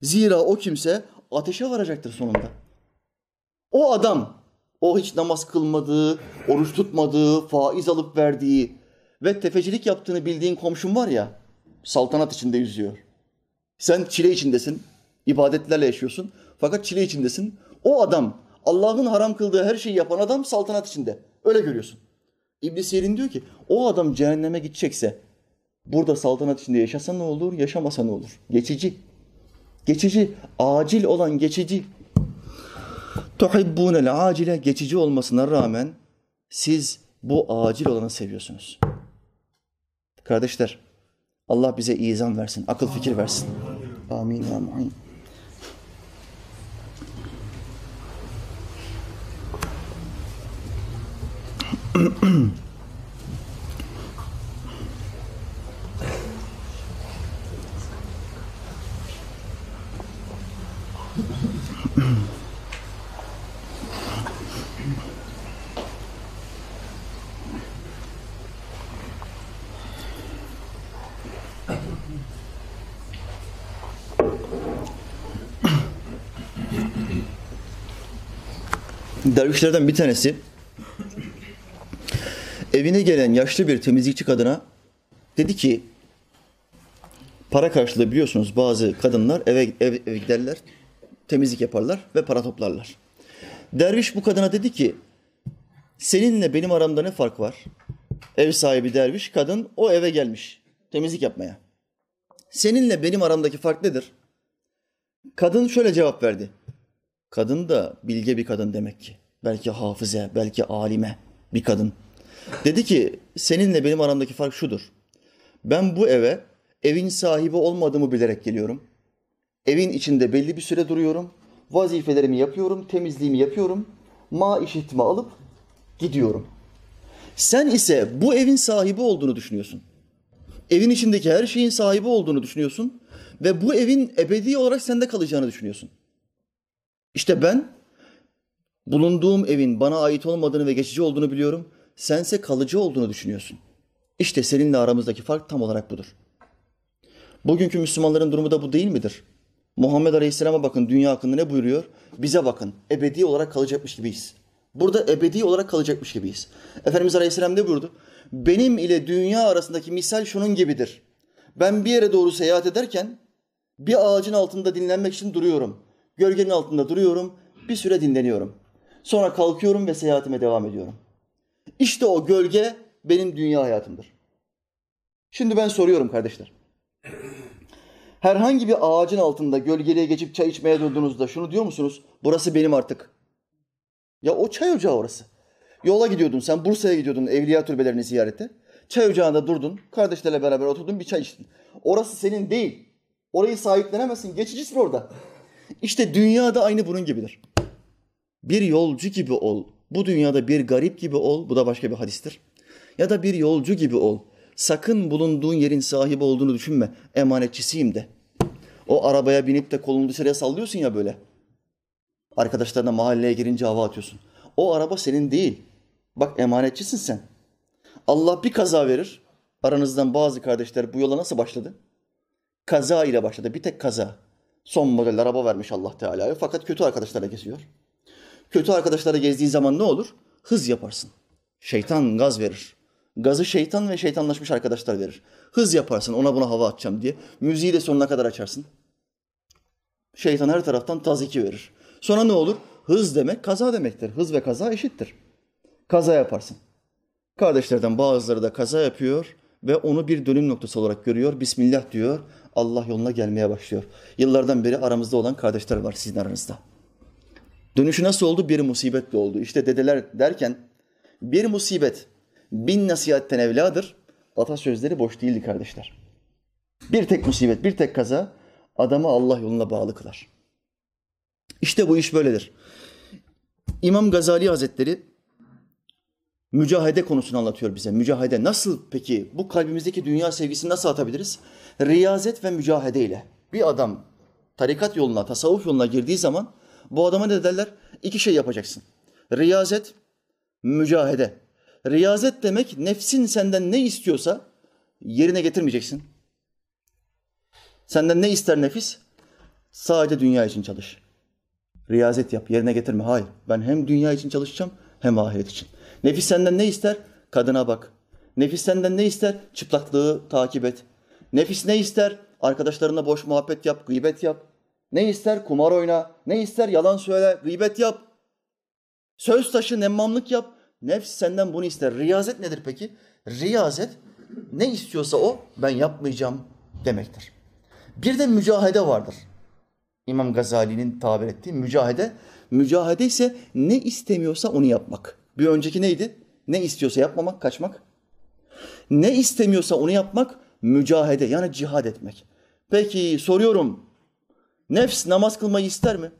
Speaker 1: Zira o kimse ateşe varacaktır sonunda. O adam, o hiç namaz kılmadığı, oruç tutmadığı, faiz alıp verdiği ve tefecilik yaptığını bildiğin komşun var ya, saltanat içinde yüzüyor. Sen çile içindesin, ibadetlerle yaşıyorsun fakat çile içindesin. O adam, Allah'ın haram kıldığı her şeyi yapan adam saltanat içinde. Öyle görüyorsun. İbn Sirin diyor ki, o adam cehenneme gidecekse, burada saltanat içinde yaşasa ne olur, yaşamasa ne olur? Geçici. Geçici, acil olan geçici. Tuhibbunel acile, geçici olmasına rağmen siz bu acil olanı seviyorsunuz. Kardeşler, Allah bize izan versin, akıl fikir versin. Amin. Amin. Dervişlerden bir tanesi evine gelen yaşlı bir temizlikçi kadına dedi ki, para karşılığı biliyorsunuz bazı kadınlar eve, eve, eve giderler, temizlik yaparlar ve para toplarlar. Derviş bu kadına dedi ki, seninle benim aramda ne fark var? Ev sahibi derviş, kadın o eve gelmiş temizlik yapmaya. Seninle benim aramdaki fark nedir? Kadın şöyle cevap verdi. Kadın da bilge bir kadın demek ki. Belki hafıze, belki alime bir kadın. Dedi ki, seninle benim aramdaki fark şudur. Ben bu eve evin sahibi olmadığımı bilerek geliyorum. Evin içinde belli bir süre duruyorum. Vazifelerimi yapıyorum, temizliğimi yapıyorum. Maişetimi alıp gidiyorum. Sen ise bu evin sahibi olduğunu düşünüyorsun. Evin içindeki her şeyin sahibi olduğunu düşünüyorsun. Ve bu evin ebedi olarak sende kalacağını düşünüyorsun. İşte ben bulunduğum evin bana ait olmadığını ve geçici olduğunu biliyorum. Sense kalıcı olduğunu düşünüyorsun. İşte seninle aramızdaki fark tam olarak budur. Bugünkü Müslümanların durumu da bu değil midir? Muhammed Aleyhisselam'a bakın, dünya hakkında ne buyuruyor? Bize bakın, ebedi olarak kalacakmış gibiyiz. Burada ebedi olarak kalacakmış gibiyiz. Efendimiz Aleyhisselam ne buyurdu? Benim ile dünya arasındaki misal şunun gibidir. Ben bir yere doğru seyahat ederken bir ağacın altında dinlenmek için duruyorum. Gölgenin altında duruyorum, bir süre dinleniyorum. Sonra kalkıyorum ve seyahatime devam ediyorum. İşte o gölge benim dünya hayatımdır. Şimdi ben soruyorum kardeşler. Herhangi bir ağacın altında gölgeliğe geçip çay içmeye durduğunuzda şunu diyor musunuz? Burası benim artık. Ya o çay ocağı orası. Yola gidiyordun sen, Bursa'ya gidiyordun evliya türbelerini ziyarete. Çay ocağında durdun, kardeşlerle beraber oturdun, bir çay içtin. Orası senin değil. Orayı sahiplenemezsin, geçicisin orada. İşte dünya da aynı bunun gibidir. Bir yolcu gibi ol. Bu dünyada bir garip gibi ol. Bu da başka bir hadistir. Ya da bir yolcu gibi ol. Sakın bulunduğun yerin sahibi olduğunu düşünme. Emanetçisiyim de. O arabaya binip de kolunu dışarıya sallıyorsun ya böyle. Arkadaşlarına mahalleye girince hava atıyorsun. O araba senin değil. Bak emanetçisin sen. Allah bir kaza verir. Aranızdan bazı kardeşler bu yola nasıl başladı? Kaza ile başladı. Bir tek kaza. Son model araba vermiş Allah Teala'ya. Fakat kötü arkadaşlarla geziyor. Kötü arkadaşlarla gezdiği zaman ne olur? Hız yaparsın. Şeytan gaz verir. Gazı şeytan ve şeytanlaşmış arkadaşlar verir. Hız yaparsın, ona buna hava atacağım diye. Müziği de sonuna kadar açarsın. Şeytan her taraftan taziki verir. Sonra ne olur? Hız demek kaza demektir. Hız ve kaza eşittir. Kaza yaparsın. Kardeşlerden bazıları da kaza yapıyor ve onu bir dönüm noktası olarak görüyor. Bismillah diyor. Allah yoluna gelmeye başlıyor. Yıllardan beri aramızda olan kardeşler var sizin aranızda. Dönüşü nasıl oldu? Bir musibetle oldu. İşte dedeler derken bir musibet bin nasihatten evladır. Atasözleri boş değildi kardeşler. Bir tek musibet, bir tek kaza adamı Allah yoluna bağlı kılar. İşte bu iş böyledir. İmam Gazali Hazretleri mücahede konusunu anlatıyor bize. Mücahede nasıl peki? Bu kalbimizdeki dünya sevgisini nasıl atabiliriz? Riyazet ve mücahede ile. Bir adam tarikat yoluna, tasavvuf yoluna girdiği zaman bu adama ne derler? İki şey yapacaksın. Riyazet, mücahede. Riyazet demek nefsin senden ne istiyorsa yerine getirmeyeceksin. Senden ne ister nefis? Sadece dünya için çalış. Riyazet yap, yerine getirme. Hayır, ben hem dünya için çalışacağım hem ahiret için. Nefis senden ne ister? Kadına bak. Nefis senden ne ister? Çıplaklığı takip et. Nefis ne ister? Arkadaşlarına boş muhabbet yap, gıybet yap. Ne ister? Kumar oyna. Ne ister? Yalan söyle, gıybet yap. Söz taşı, nemmamlık yap. Nefs senden bunu ister. Riyazet nedir peki? Riyazet ne istiyorsa o, ben yapmayacağım demektir. Bir de mücahede vardır. İmam Gazali'nin tabir ettiği mücahede. Mücahede ise ne istemiyorsa onu yapmak. Bir önceki neydi? Ne istiyorsa yapmamak, kaçmak. Ne istemiyorsa onu yapmak, mücahede yani cihad etmek. Peki soruyorum, nefs namaz kılmayı ister mi?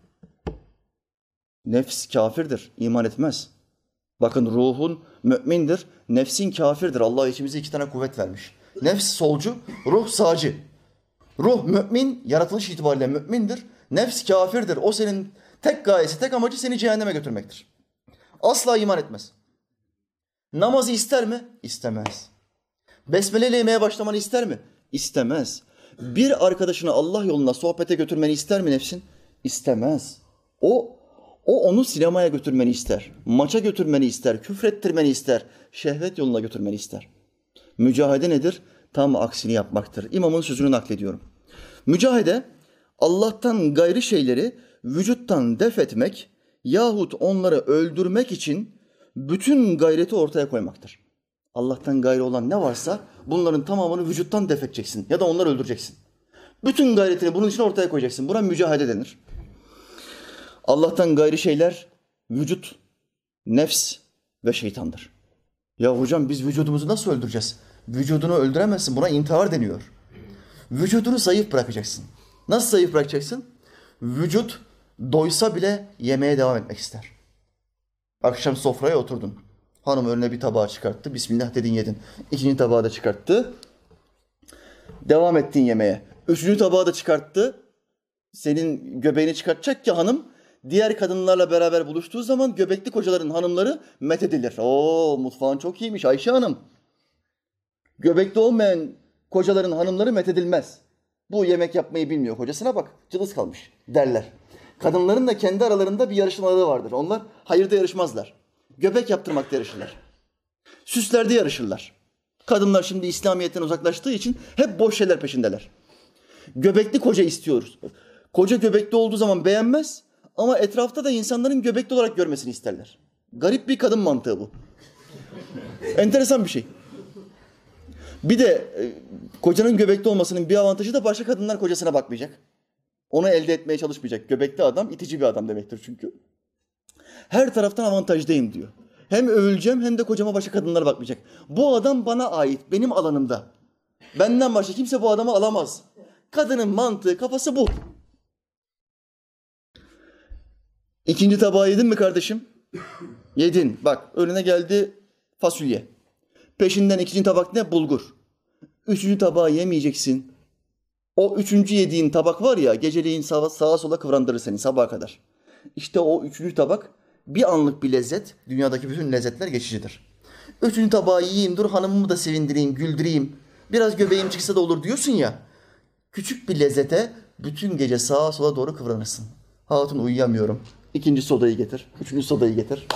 Speaker 1: Nefs kafirdir, iman etmez. Bakın ruhun mümindir, nefsin kafirdir. Allah içimize iki tane kuvvet vermiş. Nefs solcu, ruh sağcı. Ruh mümin, yaratılış itibariyle mümindir. Nefs kafirdir. O senin tek gayesi, tek amacı seni cehenneme götürmektir. Asla iman etmez. Namazı ister mi? İstemez. Besmele ile yemeye başlamanı ister mi? İstemez. Bir arkadaşını Allah yoluna sohbete götürmeni ister mi nefsin? İstemez. O O onu sinemaya götürmeni ister, maça götürmeni ister, küfrettirmeni ister, şehvet yoluna götürmeni ister. Mücahede nedir? Tam aksini yapmaktır. İmamın sözünü naklediyorum. Mücahede, Allah'tan gayrı şeyleri vücuttan def etmek yahut onları öldürmek için bütün gayreti ortaya koymaktır. Allah'tan gayrı olan ne varsa bunların tamamını vücuttan def edeceksin ya da onları öldüreceksin. Bütün gayretini bunun için ortaya koyacaksın. Buna mücahede denir. Allah'tan gayrı şeyler vücut, nefs ve şeytandır. Ya hocam biz vücudumuzu nasıl öldüreceğiz? Vücudunu öldüremezsin. Buna intihar deniyor. Vücudunu zayıf bırakacaksın. Nasıl zayıf bırakacaksın? Vücut doysa bile yemeye devam etmek ister. Akşam sofraya oturdun. Hanım önüne bir tabağı çıkarttı. Bismillah dedin yedin. İkinci tabağı da çıkarttı. Devam ettin yemeğe. Üçüncü tabağı da çıkarttı. Senin göbeğini çıkartacak ki hanım, diğer kadınlarla beraber buluştuğu zaman göbekli kocaların hanımları methedilir. Oo, mutfağın çok iyiymiş Ayşe Hanım. Göbekli olmayan kocaların hanımları methedilmez. Bu yemek yapmayı bilmiyor, kocasına bak cılız kalmış derler. Kadınların da kendi aralarında bir yarışmaları vardır. Onlar hayırda yarışmazlar. Göbek yaptırmakta yarışırlar. Süslerde yarışırlar. Kadınlar şimdi İslamiyet'ten uzaklaştığı için hep boş şeyler peşindeler. Göbekli koca istiyoruz. Koca göbekli olduğu zaman beğenmez ama etrafta da insanların göbekli olarak görmesini isterler. Garip bir kadın mantığı bu. Enteresan bir şey. Bir de e, kocanın göbekli olmasının bir avantajı da başka kadınlar kocasına bakmayacak. Onu elde etmeye çalışmayacak. Göbekli adam itici bir adam demektir çünkü. Her taraftan avantajdayım diyor. Hem övüleceğim hem de kocama başka kadınlara bakmayacak. Bu adam bana ait, benim alanımda. Benden başka kimse bu adamı alamaz. Kadının mantığı, kafası bu. İkinci tabağı yedin mi kardeşim? Yedin. Bak önüne geldi fasulye. Peşinden ikinci tabak ne? Bulgur. Üçüncü tabağı yemeyeceksin. O üçüncü yediğin tabak var ya, geceleyin sağa, sağa sola kıvrandırır seni sabaha kadar. İşte o üçüncü tabak bir anlık bir lezzet. Dünyadaki bütün lezzetler geçicidir. Üçüncü tabağı yiyeyim, dur hanımımı da sevindireyim, güldüreyim. Biraz göbeğim çıksa da olur diyorsun ya. Küçük bir lezzete bütün gece sağa sola doğru kıvranırsın. Hatun uyuyamıyorum. İkinci sodayı getir. Üçüncü sodayı getir.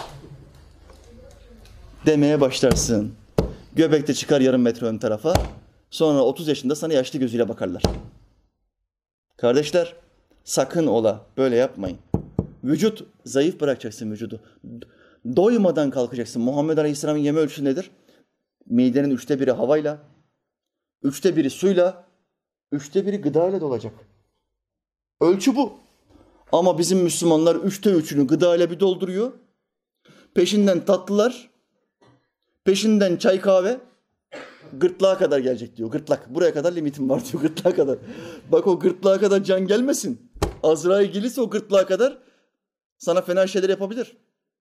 Speaker 1: Demeye başlarsın. Göbek de çıkar yarım metre ön tarafa. Sonra otuz yaşında sana yaşlı gözüyle bakarlar. Kardeşler, sakın ola böyle yapmayın. Vücut, zayıf bırakacaksın vücudu. Doymadan kalkacaksın. Muhammed Aleyhisselam'ın yeme ölçüsü nedir? Midenin üçte biri havayla, üçte biri suyla, üçte biri gıdayla dolacak. Ölçü bu. Ama bizim Müslümanlar üçte üçünü gıdayla bir dolduruyor. Peşinden tatlılar, peşinden çay kahve, gırtlağa kadar gelecek diyor. Gırtlak. Buraya kadar limitim var diyor, gırtlağa kadar. Bak o gırtlağa kadar can gelmesin. Azrail gelirse o gırtlağa kadar sana fena şeyler yapabilir.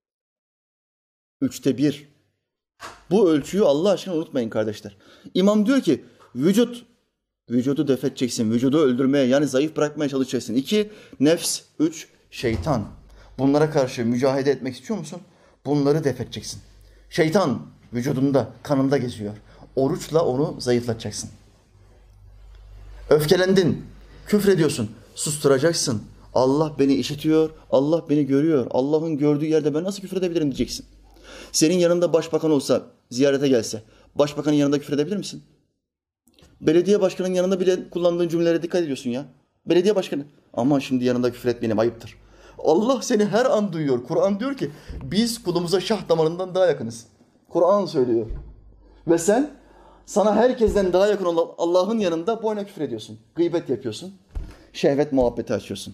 Speaker 1: Üçte bir. Bu ölçüyü Allah aşkına unutmayın kardeşler. İmam diyor ki vücut, vücudu def edeceksin, vücudu öldürmeye yani zayıf bırakmaya çalışacaksın. İki, nefs. Üç, şeytan. Bunlara karşı mücadele etmek istiyor musun? Bunları def edeceksin. Şeytan vücudunda, kanında geziyor. Oruçla onu zayıflatacaksın. Öfkelendin, küfrediyorsun. Susturacaksın. Allah beni işitiyor, Allah beni görüyor. Allah'ın gördüğü yerde ben nasıl küfür edebilirim diyeceksin. Senin yanında başbakan olsa, ziyarete gelse, başbakanın yanında küfür edebilir misin? Belediye başkanının yanında bile kullandığın cümlelere dikkat ediyorsun ya. Belediye başkanı. Ama şimdi yanında küfür etmeyelim, ayıptır. Allah seni her an duyuyor. Kur'an diyor ki biz kulumuza şah damarından daha yakınız. Kur'an söylüyor. Ve sen sana herkesten daha yakın olan Allah'ın yanında boyuna küfür ediyorsun. Gıybet yapıyorsun. Şehvet muhabbeti açıyorsun.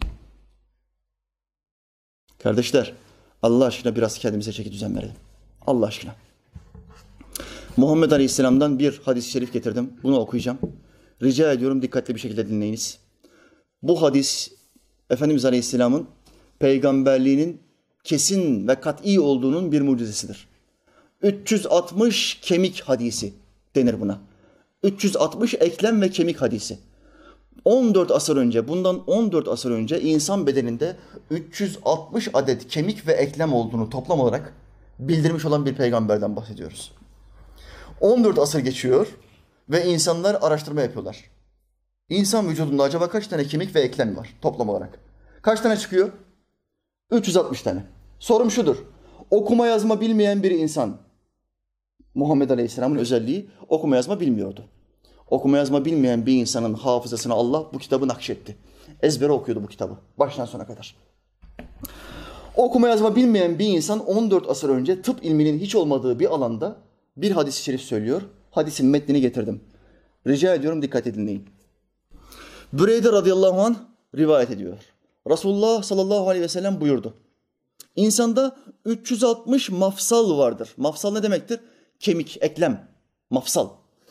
Speaker 1: Kardeşler, Allah aşkına biraz kendimize çeki düzen verelim. Allah aşkına. Muhammed Aleyhisselam'dan bir hadis-i şerif getirdim. Bunu okuyacağım. Rica ediyorum dikkatli bir şekilde dinleyiniz. Bu hadis Efendimiz Aleyhisselam'ın peygamberliğinin kesin ve kat'i olduğunun bir mucizesidir. üç yüz altmış kemik hadisi denir buna. üç yüz altmış eklem ve kemik hadisi. on dört asır önce, bundan on dört asır önce insan bedeninde üç yüz altmış adet kemik ve eklem olduğunu toplam olarak bildirmiş olan bir peygamberden bahsediyoruz. on dört asır geçiyor ve insanlar araştırma yapıyorlar. İnsan vücudunda acaba kaç tane kemik ve eklem var toplam olarak? Kaç tane çıkıyor? üç yüz altmış tane. Sorum şudur. Okuma yazma bilmeyen bir insan, Muhammed Aleyhisselam'ın özelliği okuma yazma bilmiyordu. Okuma yazma bilmeyen bir insanın hafızasına Allah bu kitabı nakşetti. Ezbere okuyordu bu kitabı baştan sona kadar. Okuma yazma bilmeyen bir insan on dört asır önce tıp ilminin hiç olmadığı bir alanda bir hadis-i şerif söylüyor. Hadisin metnini getirdim. Rica ediyorum dikkat edin dinleyin. Büreyde radıyallahu anh rivayet ediyor. Resulullah sallallahu aleyhi ve sellem buyurdu. İnsanda üç yüz altmış mafsal vardır. Mafsal ne demektir? Kemik, eklem, mafsal.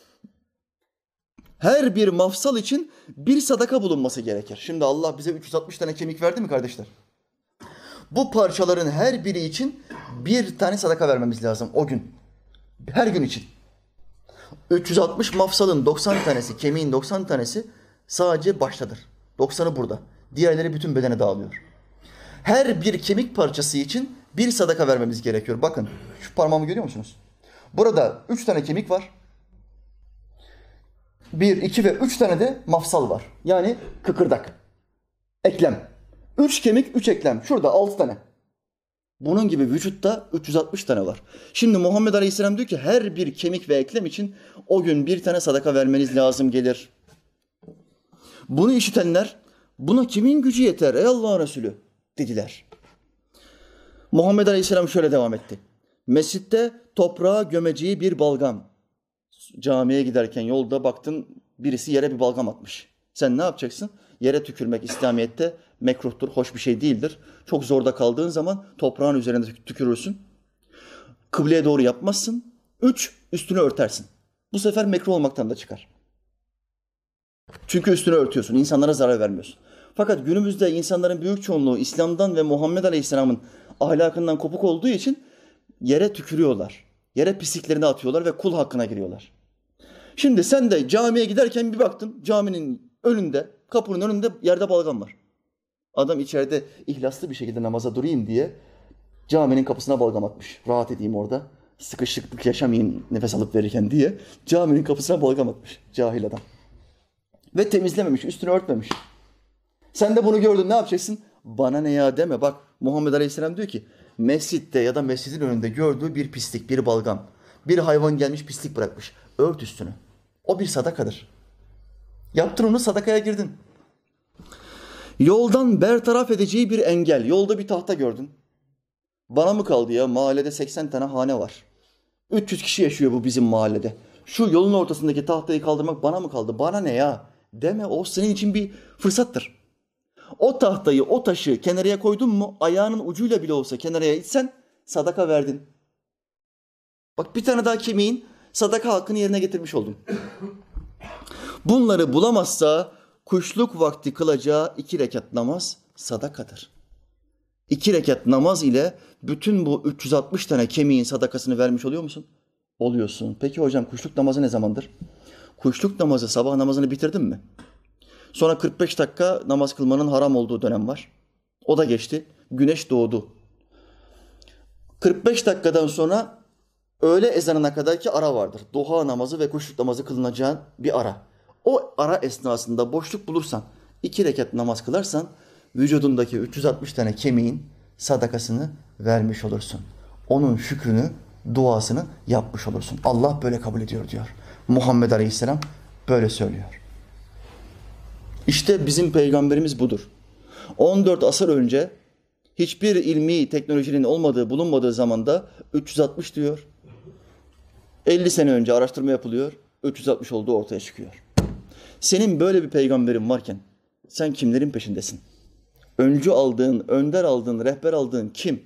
Speaker 1: Her bir mafsal için bir sadaka bulunması gerekir. Şimdi Allah bize üç yüz altmış tane kemik verdi mi kardeşler? Bu parçaların her biri için bir tane sadaka vermemiz lazım o gün. Her gün için. üç yüz altmış mafsalın doksan tanesi, kemiğin doksan tanesi sadece baştadır. doksanı burada. Diğerleri bütün bedene dağılıyor. Her bir kemik parçası için bir sadaka vermemiz gerekiyor. Bakın şu parmağımı görüyor musunuz? Burada üç tane kemik var. Bir, iki ve üç tane de mafsal var. Yani kıkırdak. Eklem. Üç kemik, üç eklem. Şurada altı tane. Bunun gibi vücutta üç yüz altmış tane var. Şimdi Muhammed Aleyhisselam diyor ki her bir kemik ve eklem için o gün bir tane sadaka vermeniz lazım gelir. Bunu işitenler buna kimin gücü yeter ey Allah'ın Resulü dediler. Muhammed Aleyhisselam şöyle devam etti. Mescitte toprağa gömeceği bir balgam. Camiye giderken yolda baktın birisi yere bir balgam atmış. Sen ne yapacaksın? Yere tükürmek İslamiyet'te mekruhtur, hoş bir şey değildir. Çok zorda kaldığın zaman toprağın üzerinde tükürürsün. Kıbleye doğru yapmazsın. Üç, üstünü örtersin. Bu sefer mekruh olmaktan da çıkar. Çünkü üstünü örtüyorsun, insanlara zarar vermiyorsun. Fakat günümüzde insanların büyük çoğunluğu İslam'dan ve Muhammed Aleyhisselam'ın ahlakından kopuk olduğu için yere tükürüyorlar. Yere pisliklerini atıyorlar ve kul hakkına giriyorlar. Şimdi sen de camiye giderken bir baktın caminin önünde, kapının önünde yerde balgam var. Adam içeride ihlaslı bir şekilde namaza durayım diye caminin kapısına balgam atmış. Rahat edeyim orada. Sıkışıklık yaşamayayım nefes alıp verirken diye caminin kapısına balgam atmış cahil adam. Ve temizlememiş, üstünü örtmemiş. Sen de bunu gördün ne yapacaksın? Bana ne ya deme. Bak Muhammed Aleyhisselam diyor ki mescitte ya da mescidin önünde gördüğü bir pislik, bir balgam. Bir hayvan gelmiş pislik bırakmış. Ört üstünü. O bir sadakadır. Yaptın onu sadakaya girdin. Yoldan bertaraf edeceği bir engel. Yolda bir tahta gördün. Bana mı kaldı ya? Mahallede seksen tane hane var. üç yüz kişi yaşıyor bu bizim mahallede. Şu yolun ortasındaki tahtayı kaldırmak bana mı kaldı? Bana ne ya? Deme o senin için bir fırsattır. O tahtayı, o taşı kenarıya koydun mu ayağının ucuyla bile olsa kenarıya itsen sadaka verdin. Bak bir tane daha kemiğin sadaka hakkını yerine getirmiş oldun. Bunları bulamazsa kuşluk vakti kılacağı iki rekat namaz sadakadır. İki rekat namaz ile bütün bu üç yüz altmış tane kemiğin sadakasını vermiş oluyor musun? Oluyorsun. Peki hocam kuşluk namazı ne zamandır? Kuşluk namazı sabah namazını bitirdin mi? Sonra kırk beş dakika namaz kılmanın haram olduğu dönem var. O da geçti. Güneş doğdu. kırk beş dakikadan sonra öğle ezanına kadarki ara vardır. Duha namazı ve kuşluk namazı kılınacağı bir ara. O ara esnasında boşluk bulursan iki rekat namaz kılarsan vücudundaki üç yüz altmış tane kemiğin sadakasını vermiş olursun. Onun şükrünü, duasını yapmış olursun. Allah böyle kabul ediyor diyor. Muhammed Aleyhisselam böyle söylüyor. İşte bizim peygamberimiz budur. on dört asır önce hiçbir ilmi teknolojinin olmadığı, bulunmadığı zamanda üç yüz altmış diyor. elli sene önce araştırma yapılıyor, üç yüz altmış olduğu ortaya çıkıyor. Senin böyle bir peygamberin varken sen kimlerin peşindesin? Öncü aldığın, önder aldığın, rehber aldığın kim?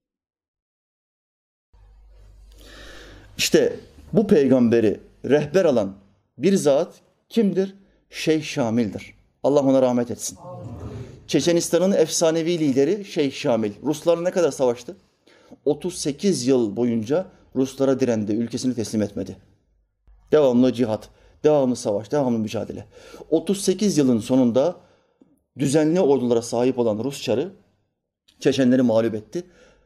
Speaker 1: İşte bu peygamberi rehber alan bir zat kimdir? Şeyh Şamil'dir. Allah ona rahmet etsin. Çeçenistan'ın efsanevi lideri Şeyh Şamil. Ruslarla ne kadar savaştı? otuz sekiz yıl boyunca Ruslara direndi, ülkesini teslim etmedi. Devamlı cihat, devamlı savaş, devamlı mücadele. otuz sekiz yılın sonunda düzenli ordulara sahip olan Rus çarı Çeçenleri mağlup etti.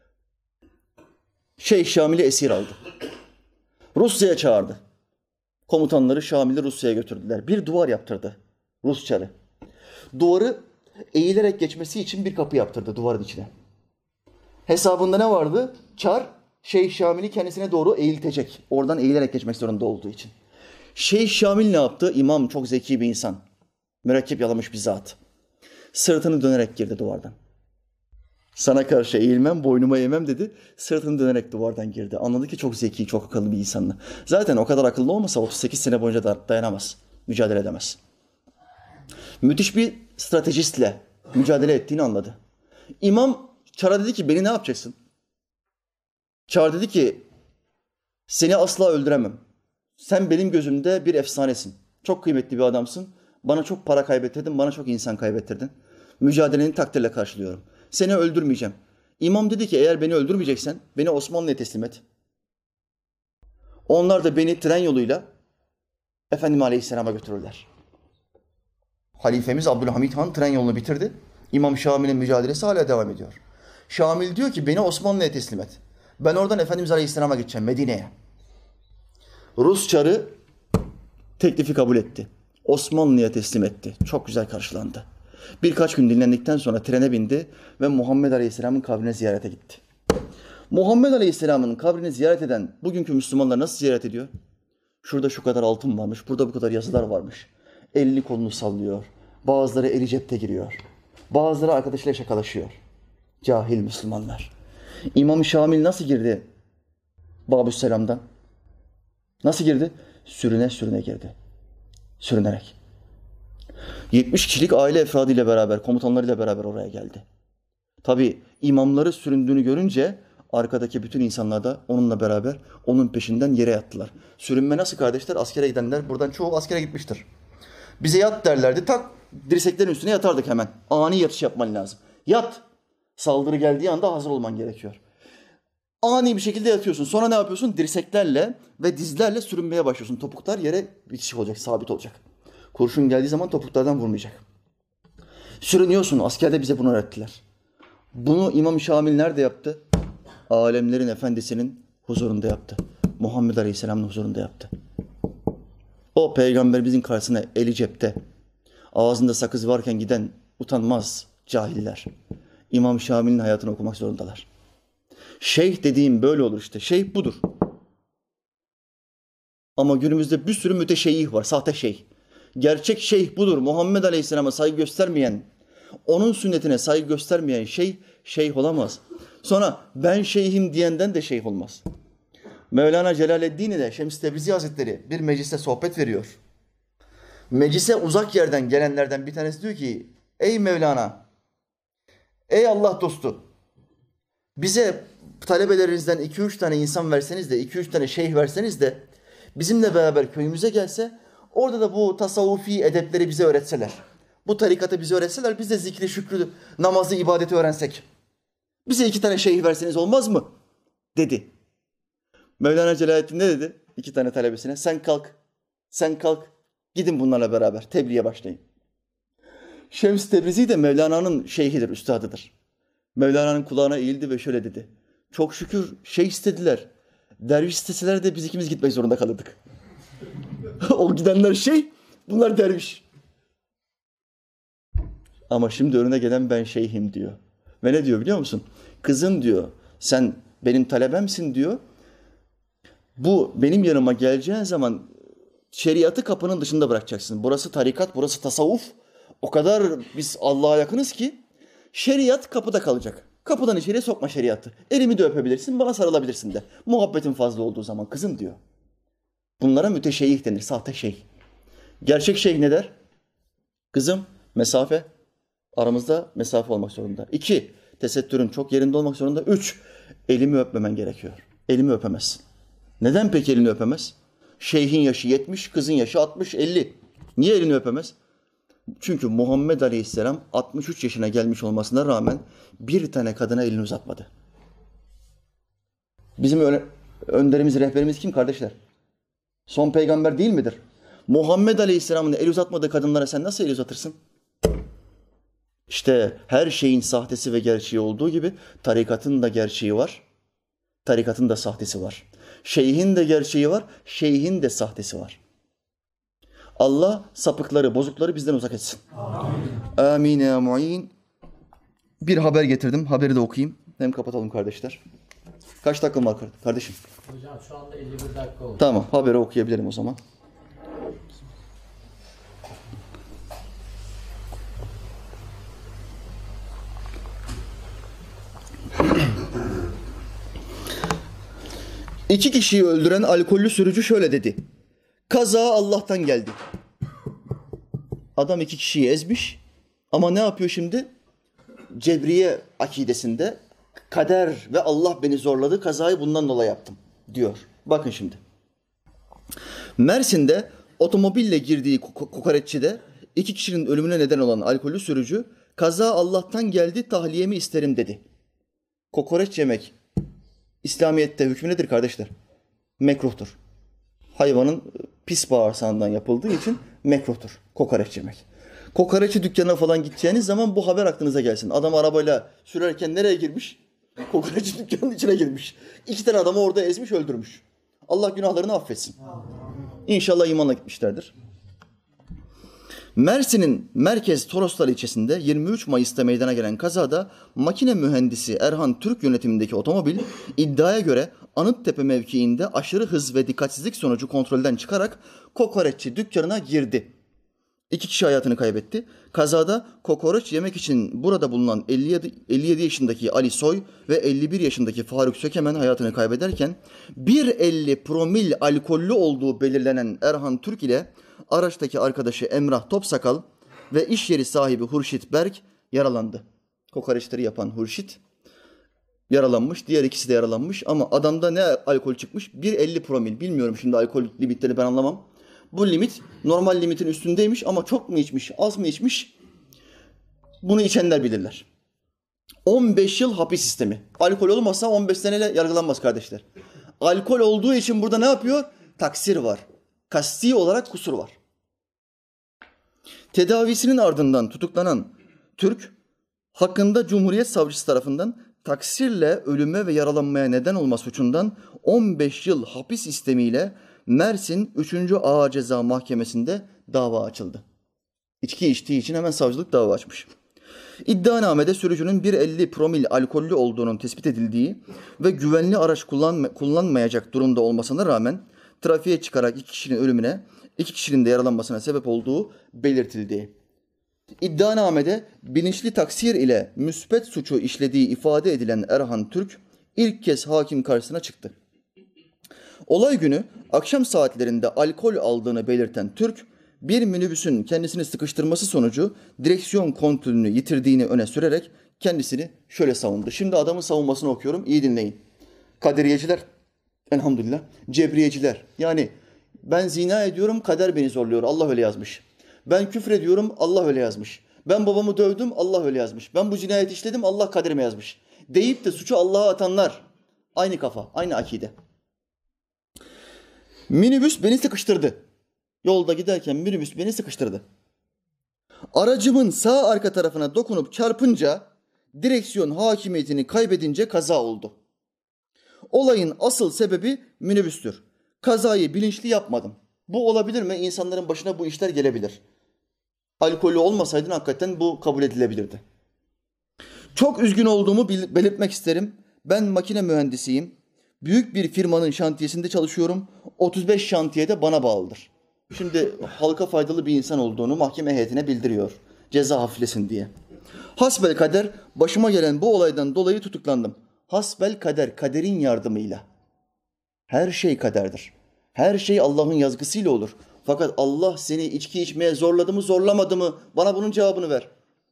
Speaker 1: Şeyh Şamil'i esir aldı. Rusya'ya çağırdı. Komutanları Şamil'i Rusya'ya götürdüler. Bir duvar yaptırdı Rus çarı. Duvarı eğilerek geçmesi için bir kapı yaptırdı duvarın içine. Hesabında ne vardı? Çar Şeyh Şamil'i kendisine doğru eğiltecek. Oradan eğilerek geçmek zorunda olduğu için. Şeyh Şamil ne yaptı? İmam çok zeki bir insan. Mürekkep yalamış bir zat. Sırtını dönerek girdi duvardan. Sana karşı eğilmem, boynuma eğmem dedi. Sırtını dönerek duvardan girdi. Anladı ki çok zeki, çok akıllı bir insandı. Zaten o kadar akıllı olmasa otuz sekiz sene boyunca da dayanamaz. Mücadele edemez. Müthiş bir stratejistle mücadele ettiğini anladı. İmam Çar'a dedi ki beni ne yapacaksın? Çar dedi ki seni asla öldüremem. Sen benim gözümde bir efsanesin. Çok kıymetli bir adamsın. Bana çok para kaybettirdin, bana çok insan kaybettirdin. Mücadeleni takdirle karşılıyorum. Seni öldürmeyeceğim. İmam dedi ki eğer beni öldürmeyeceksen beni Osmanlı'ya teslim et. Onlar da beni tren yoluyla Efendimiz Aleyhisselam'a götürürler. Halifemiz Abdülhamid Han tren yolunu bitirdi. İmam Şamil'in mücadelesi hala devam ediyor. Şamil diyor ki beni Osmanlı'ya teslim et. Ben oradan Efendimiz Aleyhisselam'a gideceğim Medine'ye. Rus çarı teklifi kabul etti. Osmanlı'ya teslim etti. Çok güzel karşılandı. Birkaç gün dinlendikten sonra trene bindi ve Muhammed Aleyhisselam'ın kabrine ziyarete gitti. Muhammed Aleyhisselam'ın kabrini ziyaret eden bugünkü Müslümanlar nasıl ziyaret ediyor? Şurada şu kadar altın varmış, burada bu kadar yazılar varmış. Elini kolunu sallıyor. Bazıları eli cepte giriyor. Bazıları arkadaşıyla şakalaşıyor. Cahil Müslümanlar. İmam Şamil nasıl girdi Babüsselam'dan? Nasıl girdi? Sürüne sürüne girdi. Sürünerek. yetmiş kişilik aile efradıyla beraber, komutanlarıyla beraber oraya geldi. Tabii imamları süründüğünü görünce arkadaki bütün insanlar da onunla beraber onun peşinden yere yattılar. Sürünme nasıl kardeşler? Askere gidenler buradan çoğu askere gitmiştir. Bize yat derlerdi. Tak dirseklerin üstüne yatardık hemen. Ani yatış yapman lazım. Yat. Saldırı geldiği anda hazır olman gerekiyor. Ani bir şekilde yatıyorsun. Sonra ne yapıyorsun? Dirseklerle ve dizlerle sürünmeye başlıyorsun. Topuklar yere bitişik olacak, sabit olacak. Kurşun geldiği zaman topuklardan vurmayacak. Sürünüyorsun. Askerde bize bunu öğrettiler. Bunu İmam Şamil nerede yaptı? Alemlerin efendisinin huzurunda yaptı. Muhammed Aleyhisselam'ın huzurunda yaptı. O peygamberimizin karşısına eli cepte, ağzında sakız varken giden utanmaz cahiller. İmam Şamil'in hayatını okumak zorundalar. Şeyh dediğim böyle olur işte. Şeyh budur. Ama günümüzde bir sürü müteşeyyih var, sahte şeyh. Gerçek şeyh budur. Muhammed Aleyhisselam'a saygı göstermeyen, onun sünnetine saygı göstermeyen şeyh, şeyh olamaz. Sonra ben şeyhim diyenden de şeyh olmaz. Mevlana Celaleddin de Şems Tebrizi Hazretleri bir mecliste sohbet veriyor. Meclise uzak yerden gelenlerden bir tanesi diyor ki, ey Mevlana, ey Allah dostu, bize talebelerinizden iki üç tane insan verseniz de, iki üç tane şeyh verseniz de bizimle beraber köyümüze gelse, orada da bu tasavvufi edepleri bize öğretseler. Bu tarikatı bize öğretseler, biz de zikri, şükrü, namazı, ibadeti öğrensek. Bize iki tane şeyh verseniz olmaz mı? Dedi. Mevlana Celaleddin ne dedi? İki tane talebesine. Sen kalk, sen kalk. Gidin bunlarla beraber. Tebliğe başlayın. Şems Tebrizi de Mevlana'nın şeyhidir, üstadıdır. Mevlana'nın kulağına eğildi ve şöyle dedi. Çok şükür şeyh istediler. Derviş isteseler de biz ikimiz gitmek zorunda kalırdık. O gidenler şeyh, bunlar derviş. Ama şimdi önüne gelen ben şeyhim diyor. Ve ne diyor biliyor musun? Kızım diyor, sen benim talebemsin diyor. Bu benim yanıma geleceğin zaman şeriatı kapının dışında bırakacaksın. Burası tarikat, burası tasavvuf. O kadar biz Allah'a yakınız ki şeriat kapıda kalacak. Kapıdan içeriye sokma şeriatı. Elimi de öpebilirsin, bana sarılabilirsin de. Muhabbetin fazla olduğu zaman kızım diyor. Bunlara müteşeyyih denir, sahte şeyh. Gerçek şeyh ne der? Kızım, mesafe. Aramızda mesafe olmak zorunda. İki, tesettürün çok yerinde olmak zorunda. Üç, elimi öpmemen gerekiyor. Elimi öpemezsin. Neden peki elini öpemez? Şeyhin yaşı yetmiş, kızın yaşı altmış, elli. Niye elini öpemez? Çünkü Muhammed Aleyhisselam altmış üç yaşına gelmiş olmasına rağmen bir tane kadına elini uzatmadı. Bizim öyle, önderimiz, rehberimiz kim kardeşler? Son peygamber değil midir? Muhammed Aleyhisselam'ın el uzatmadığı kadınlara sen nasıl el uzatırsın? İşte her şeyin sahtesi ve gerçeği olduğu gibi tarikatın da gerçeği var, tarikatın da sahtesi var. Şeyhin de gerçeği var, şeyhin de sahtesi var. Allah sapıkları, bozukları bizden uzak etsin. Amin. Amin ya mu'in. Bir haber getirdim, haberi de okuyayım. Hem kapatalım kardeşler. Kaç dakika var kardeşim?
Speaker 2: Hocam şu anda elli bir dakika oldu.
Speaker 1: Tamam, haberi okuyabilirim o zaman. İki kişiyi öldüren alkollü sürücü şöyle dedi. Kaza Allah'tan geldi. Adam iki kişiyi ezmiş ama ne yapıyor şimdi? Cebriye akidesinde kader ve Allah beni zorladı, kazayı bundan dolayı yaptım diyor. Bakın şimdi. Mersin'de otomobille girdiği kokoreççide iki kişinin ölümüne neden olan alkollü sürücü kaza Allah'tan geldi, tahliyemi isterim dedi. Kokoreç yemek İslamiyet'te hükmü nedir kardeşler? Mekruhtur. Hayvanın pis bağırsağından yapıldığı için mekruhtur kokoreç yemek. Kokoreççi dükkanına falan gideceğiniz zaman bu haber aklınıza gelsin. Adam arabayla sürerken nereye girmiş? Kokoreççi dükkanının içine girmiş. İki tane adamı orada ezmiş, öldürmüş. Allah günahlarını affetsin. İnşallah imanla gitmişlerdir. Mersin'in Merkez Toroslar ilçesinde yirmi üç Mayıs'ta meydana gelen kazada makine mühendisi Erhan Türk yönetimindeki otomobil iddiaya göre Anıttepe mevkiinde aşırı hız ve dikkatsizlik sonucu kontrolden çıkarak kokoreççi dükkanına girdi. İki kişi hayatını kaybetti. Kazada kokoreç yemek için burada bulunan elli yedi, elli yedi yaşındaki Ali Soy ve elli bir yaşındaki Faruk Sökemen hayatını kaybederken bir virgül elli promil alkollü olduğu belirlenen Erhan Türk ile araçtaki arkadaşı Emrah Topsakal ve iş yeri sahibi Hurşit Berk yaralandı. Kokoreçleri yapan Hurşit yaralanmış, diğer ikisi de yaralanmış ama adamda ne alkol çıkmış? bir virgül elli promil. Bilmiyorum şimdi alkol limitlerini ben anlamam. Bu limit normal limitin üstündeymiş ama çok mu içmiş, az mı içmiş? Bunu içenler bilirler. on beş yıl hapis sistemi. Alkol olmazsa on beş seneyle yargılanmaz kardeşler. Alkol olduğu için burada ne yapıyor? Taksir var. Kasti olarak kusur var. Tedavisinin ardından tutuklanan Türk, hakkında Cumhuriyet Savcısı tarafından taksirle ölüme ve yaralanmaya neden olma suçundan on beş yıl hapis istemiyle Mersin üçüncü Ağır Ceza Mahkemesi'nde dava açıldı. İçki içtiği için hemen savcılık dava açmış. İddianamede sürücünün bir virgül elli promil alkollü olduğunun tespit edildiği ve güvenli araç kullanma, kullanmayacak durumda olmasına rağmen trafiğe çıkarak iki kişinin ölümüne, iki kişinin de yaralanmasına sebep olduğu belirtildi. İddianamede bilinçli taksir ile müspet suçu işlediği ifade edilen Erhan Türk ilk kez hakim karşısına çıktı. Olay günü akşam saatlerinde alkol aldığını belirten Türk, bir minibüsün kendisini sıkıştırması sonucu direksiyon kontrolünü yitirdiğini öne sürerek kendisini şöyle savundu. Şimdi adamın savunmasını okuyorum, iyi dinleyin. Kaderiyeciler, elhamdülillah, cebriyeciler. Yani ben zina ediyorum, kader beni zorluyor, Allah öyle yazmış. Ben küfür ediyorum, Allah öyle yazmış. Ben babamı dövdüm, Allah öyle yazmış. Ben bu cinayeti işledim, Allah kaderime yazmış. Deyip de suçu Allah'a atanlar, aynı kafa, aynı akide. Minibüs beni sıkıştırdı. Yolda giderken minibüs beni sıkıştırdı. Aracımın sağ arka tarafına dokunup çarpınca direksiyon hakimiyetini kaybedince kaza oldu. Olayın asıl sebebi minibüstür. Kazayı bilinçli yapmadım. Bu olabilir mi? İnsanların başına bu işler gelebilir. Alkollü olmasaydın hakikaten bu kabul edilebilirdi. Çok üzgün olduğumu bil- belirtmek isterim. Ben makine mühendisiyim. Büyük bir firmanın şantiyesinde çalışıyorum. otuz beş şantiyede bana bağlıdır. Şimdi halka faydalı bir insan olduğunu mahkeme heyetine bildiriyor. Ceza hafiflesin diye. Hasbel kader, başıma gelen bu olaydan dolayı tutuklandım. Hasbel kader, kaderin yardımıyla. Her şey kaderdir. Her şey Allah'ın yazgısıyla olur. Fakat Allah seni içki içmeye zorladı mı, zorlamadı mı? Bana bunun cevabını ver.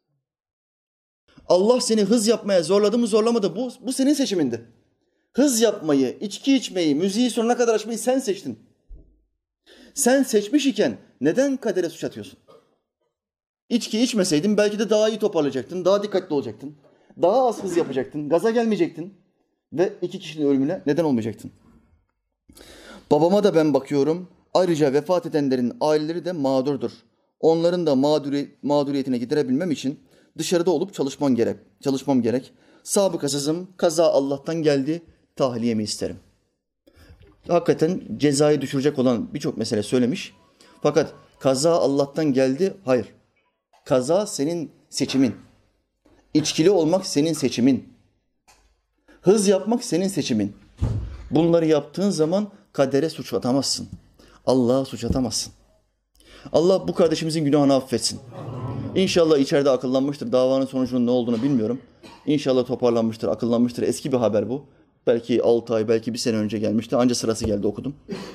Speaker 1: Allah seni hız yapmaya zorladı mı, zorlamadı. Bu, bu senin seçimindi. Hız yapmayı, içki içmeyi, müziği sonuna kadar açmayı sen seçtin. Sen seçmiş iken neden kadere suç atıyorsun? İçki içmeseydin belki de daha iyi toparlayacaktın, daha dikkatli olacaktın. Daha az hız yapacaktın, gaza gelmeyecektin ve iki kişinin ölümüne neden olmayacaktın. Babama da ben bakıyorum. Ayrıca vefat edenlerin aileleri de mağdurdur. Onların da mağduri, mağduriyetine giderebilmem için dışarıda olup çalışmam gerek. Çalışmam gerek. Sabıkasızım, kaza Allah'tan geldi, tahliyemi isterim. Hakikaten cezayı düşürecek olan birçok mesele söylemiş. Fakat kaza Allah'tan geldi, hayır. Kaza senin seçimin. İçkili olmak senin seçimin. Hız yapmak senin seçimin. Bunları yaptığın zaman kadere suç atamazsın. Allah'a suç atamazsın. Allah bu kardeşimizin günahını affetsin. İnşallah içeride akıllanmıştır. Davanın sonucunun ne olduğunu bilmiyorum. İnşallah toparlanmıştır, akıllanmıştır. Eski bir haber bu. Belki altı ay, belki bir sene önce gelmişti. Anca sırası geldi, okudum.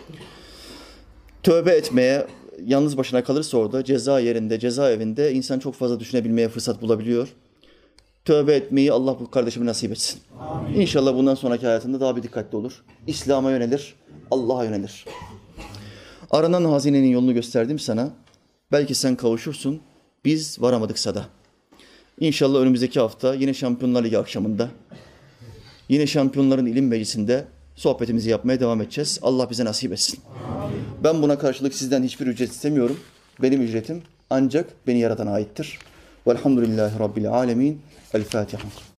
Speaker 1: Tövbe etmeye, yalnız başına kalırsa orada ceza yerinde, cezaevinde insan çok fazla düşünebilmeye fırsat bulabiliyor. Tövbe etmeyi Allah bu kardeşime nasip etsin. Amin. İnşallah bundan sonraki hayatında daha bir dikkatli olur. İslam'a yönelir, Allah'a yönelir. Aranan hazinenin yolunu gösterdim sana. Belki sen kavuşursun, biz varamadıksa da. İnşallah önümüzdeki hafta yine Şampiyonlar Ligi akşamında, yine Şampiyonların İlim Meclisi'nde sohbetimizi yapmaya devam edeceğiz. Allah bize nasip etsin. Amin. Ben buna karşılık sizden hiçbir ücret istemiyorum. Benim ücretim ancak beni yaratana aittir. Velhamdülillahi Rabbil alemin. El Fatiha.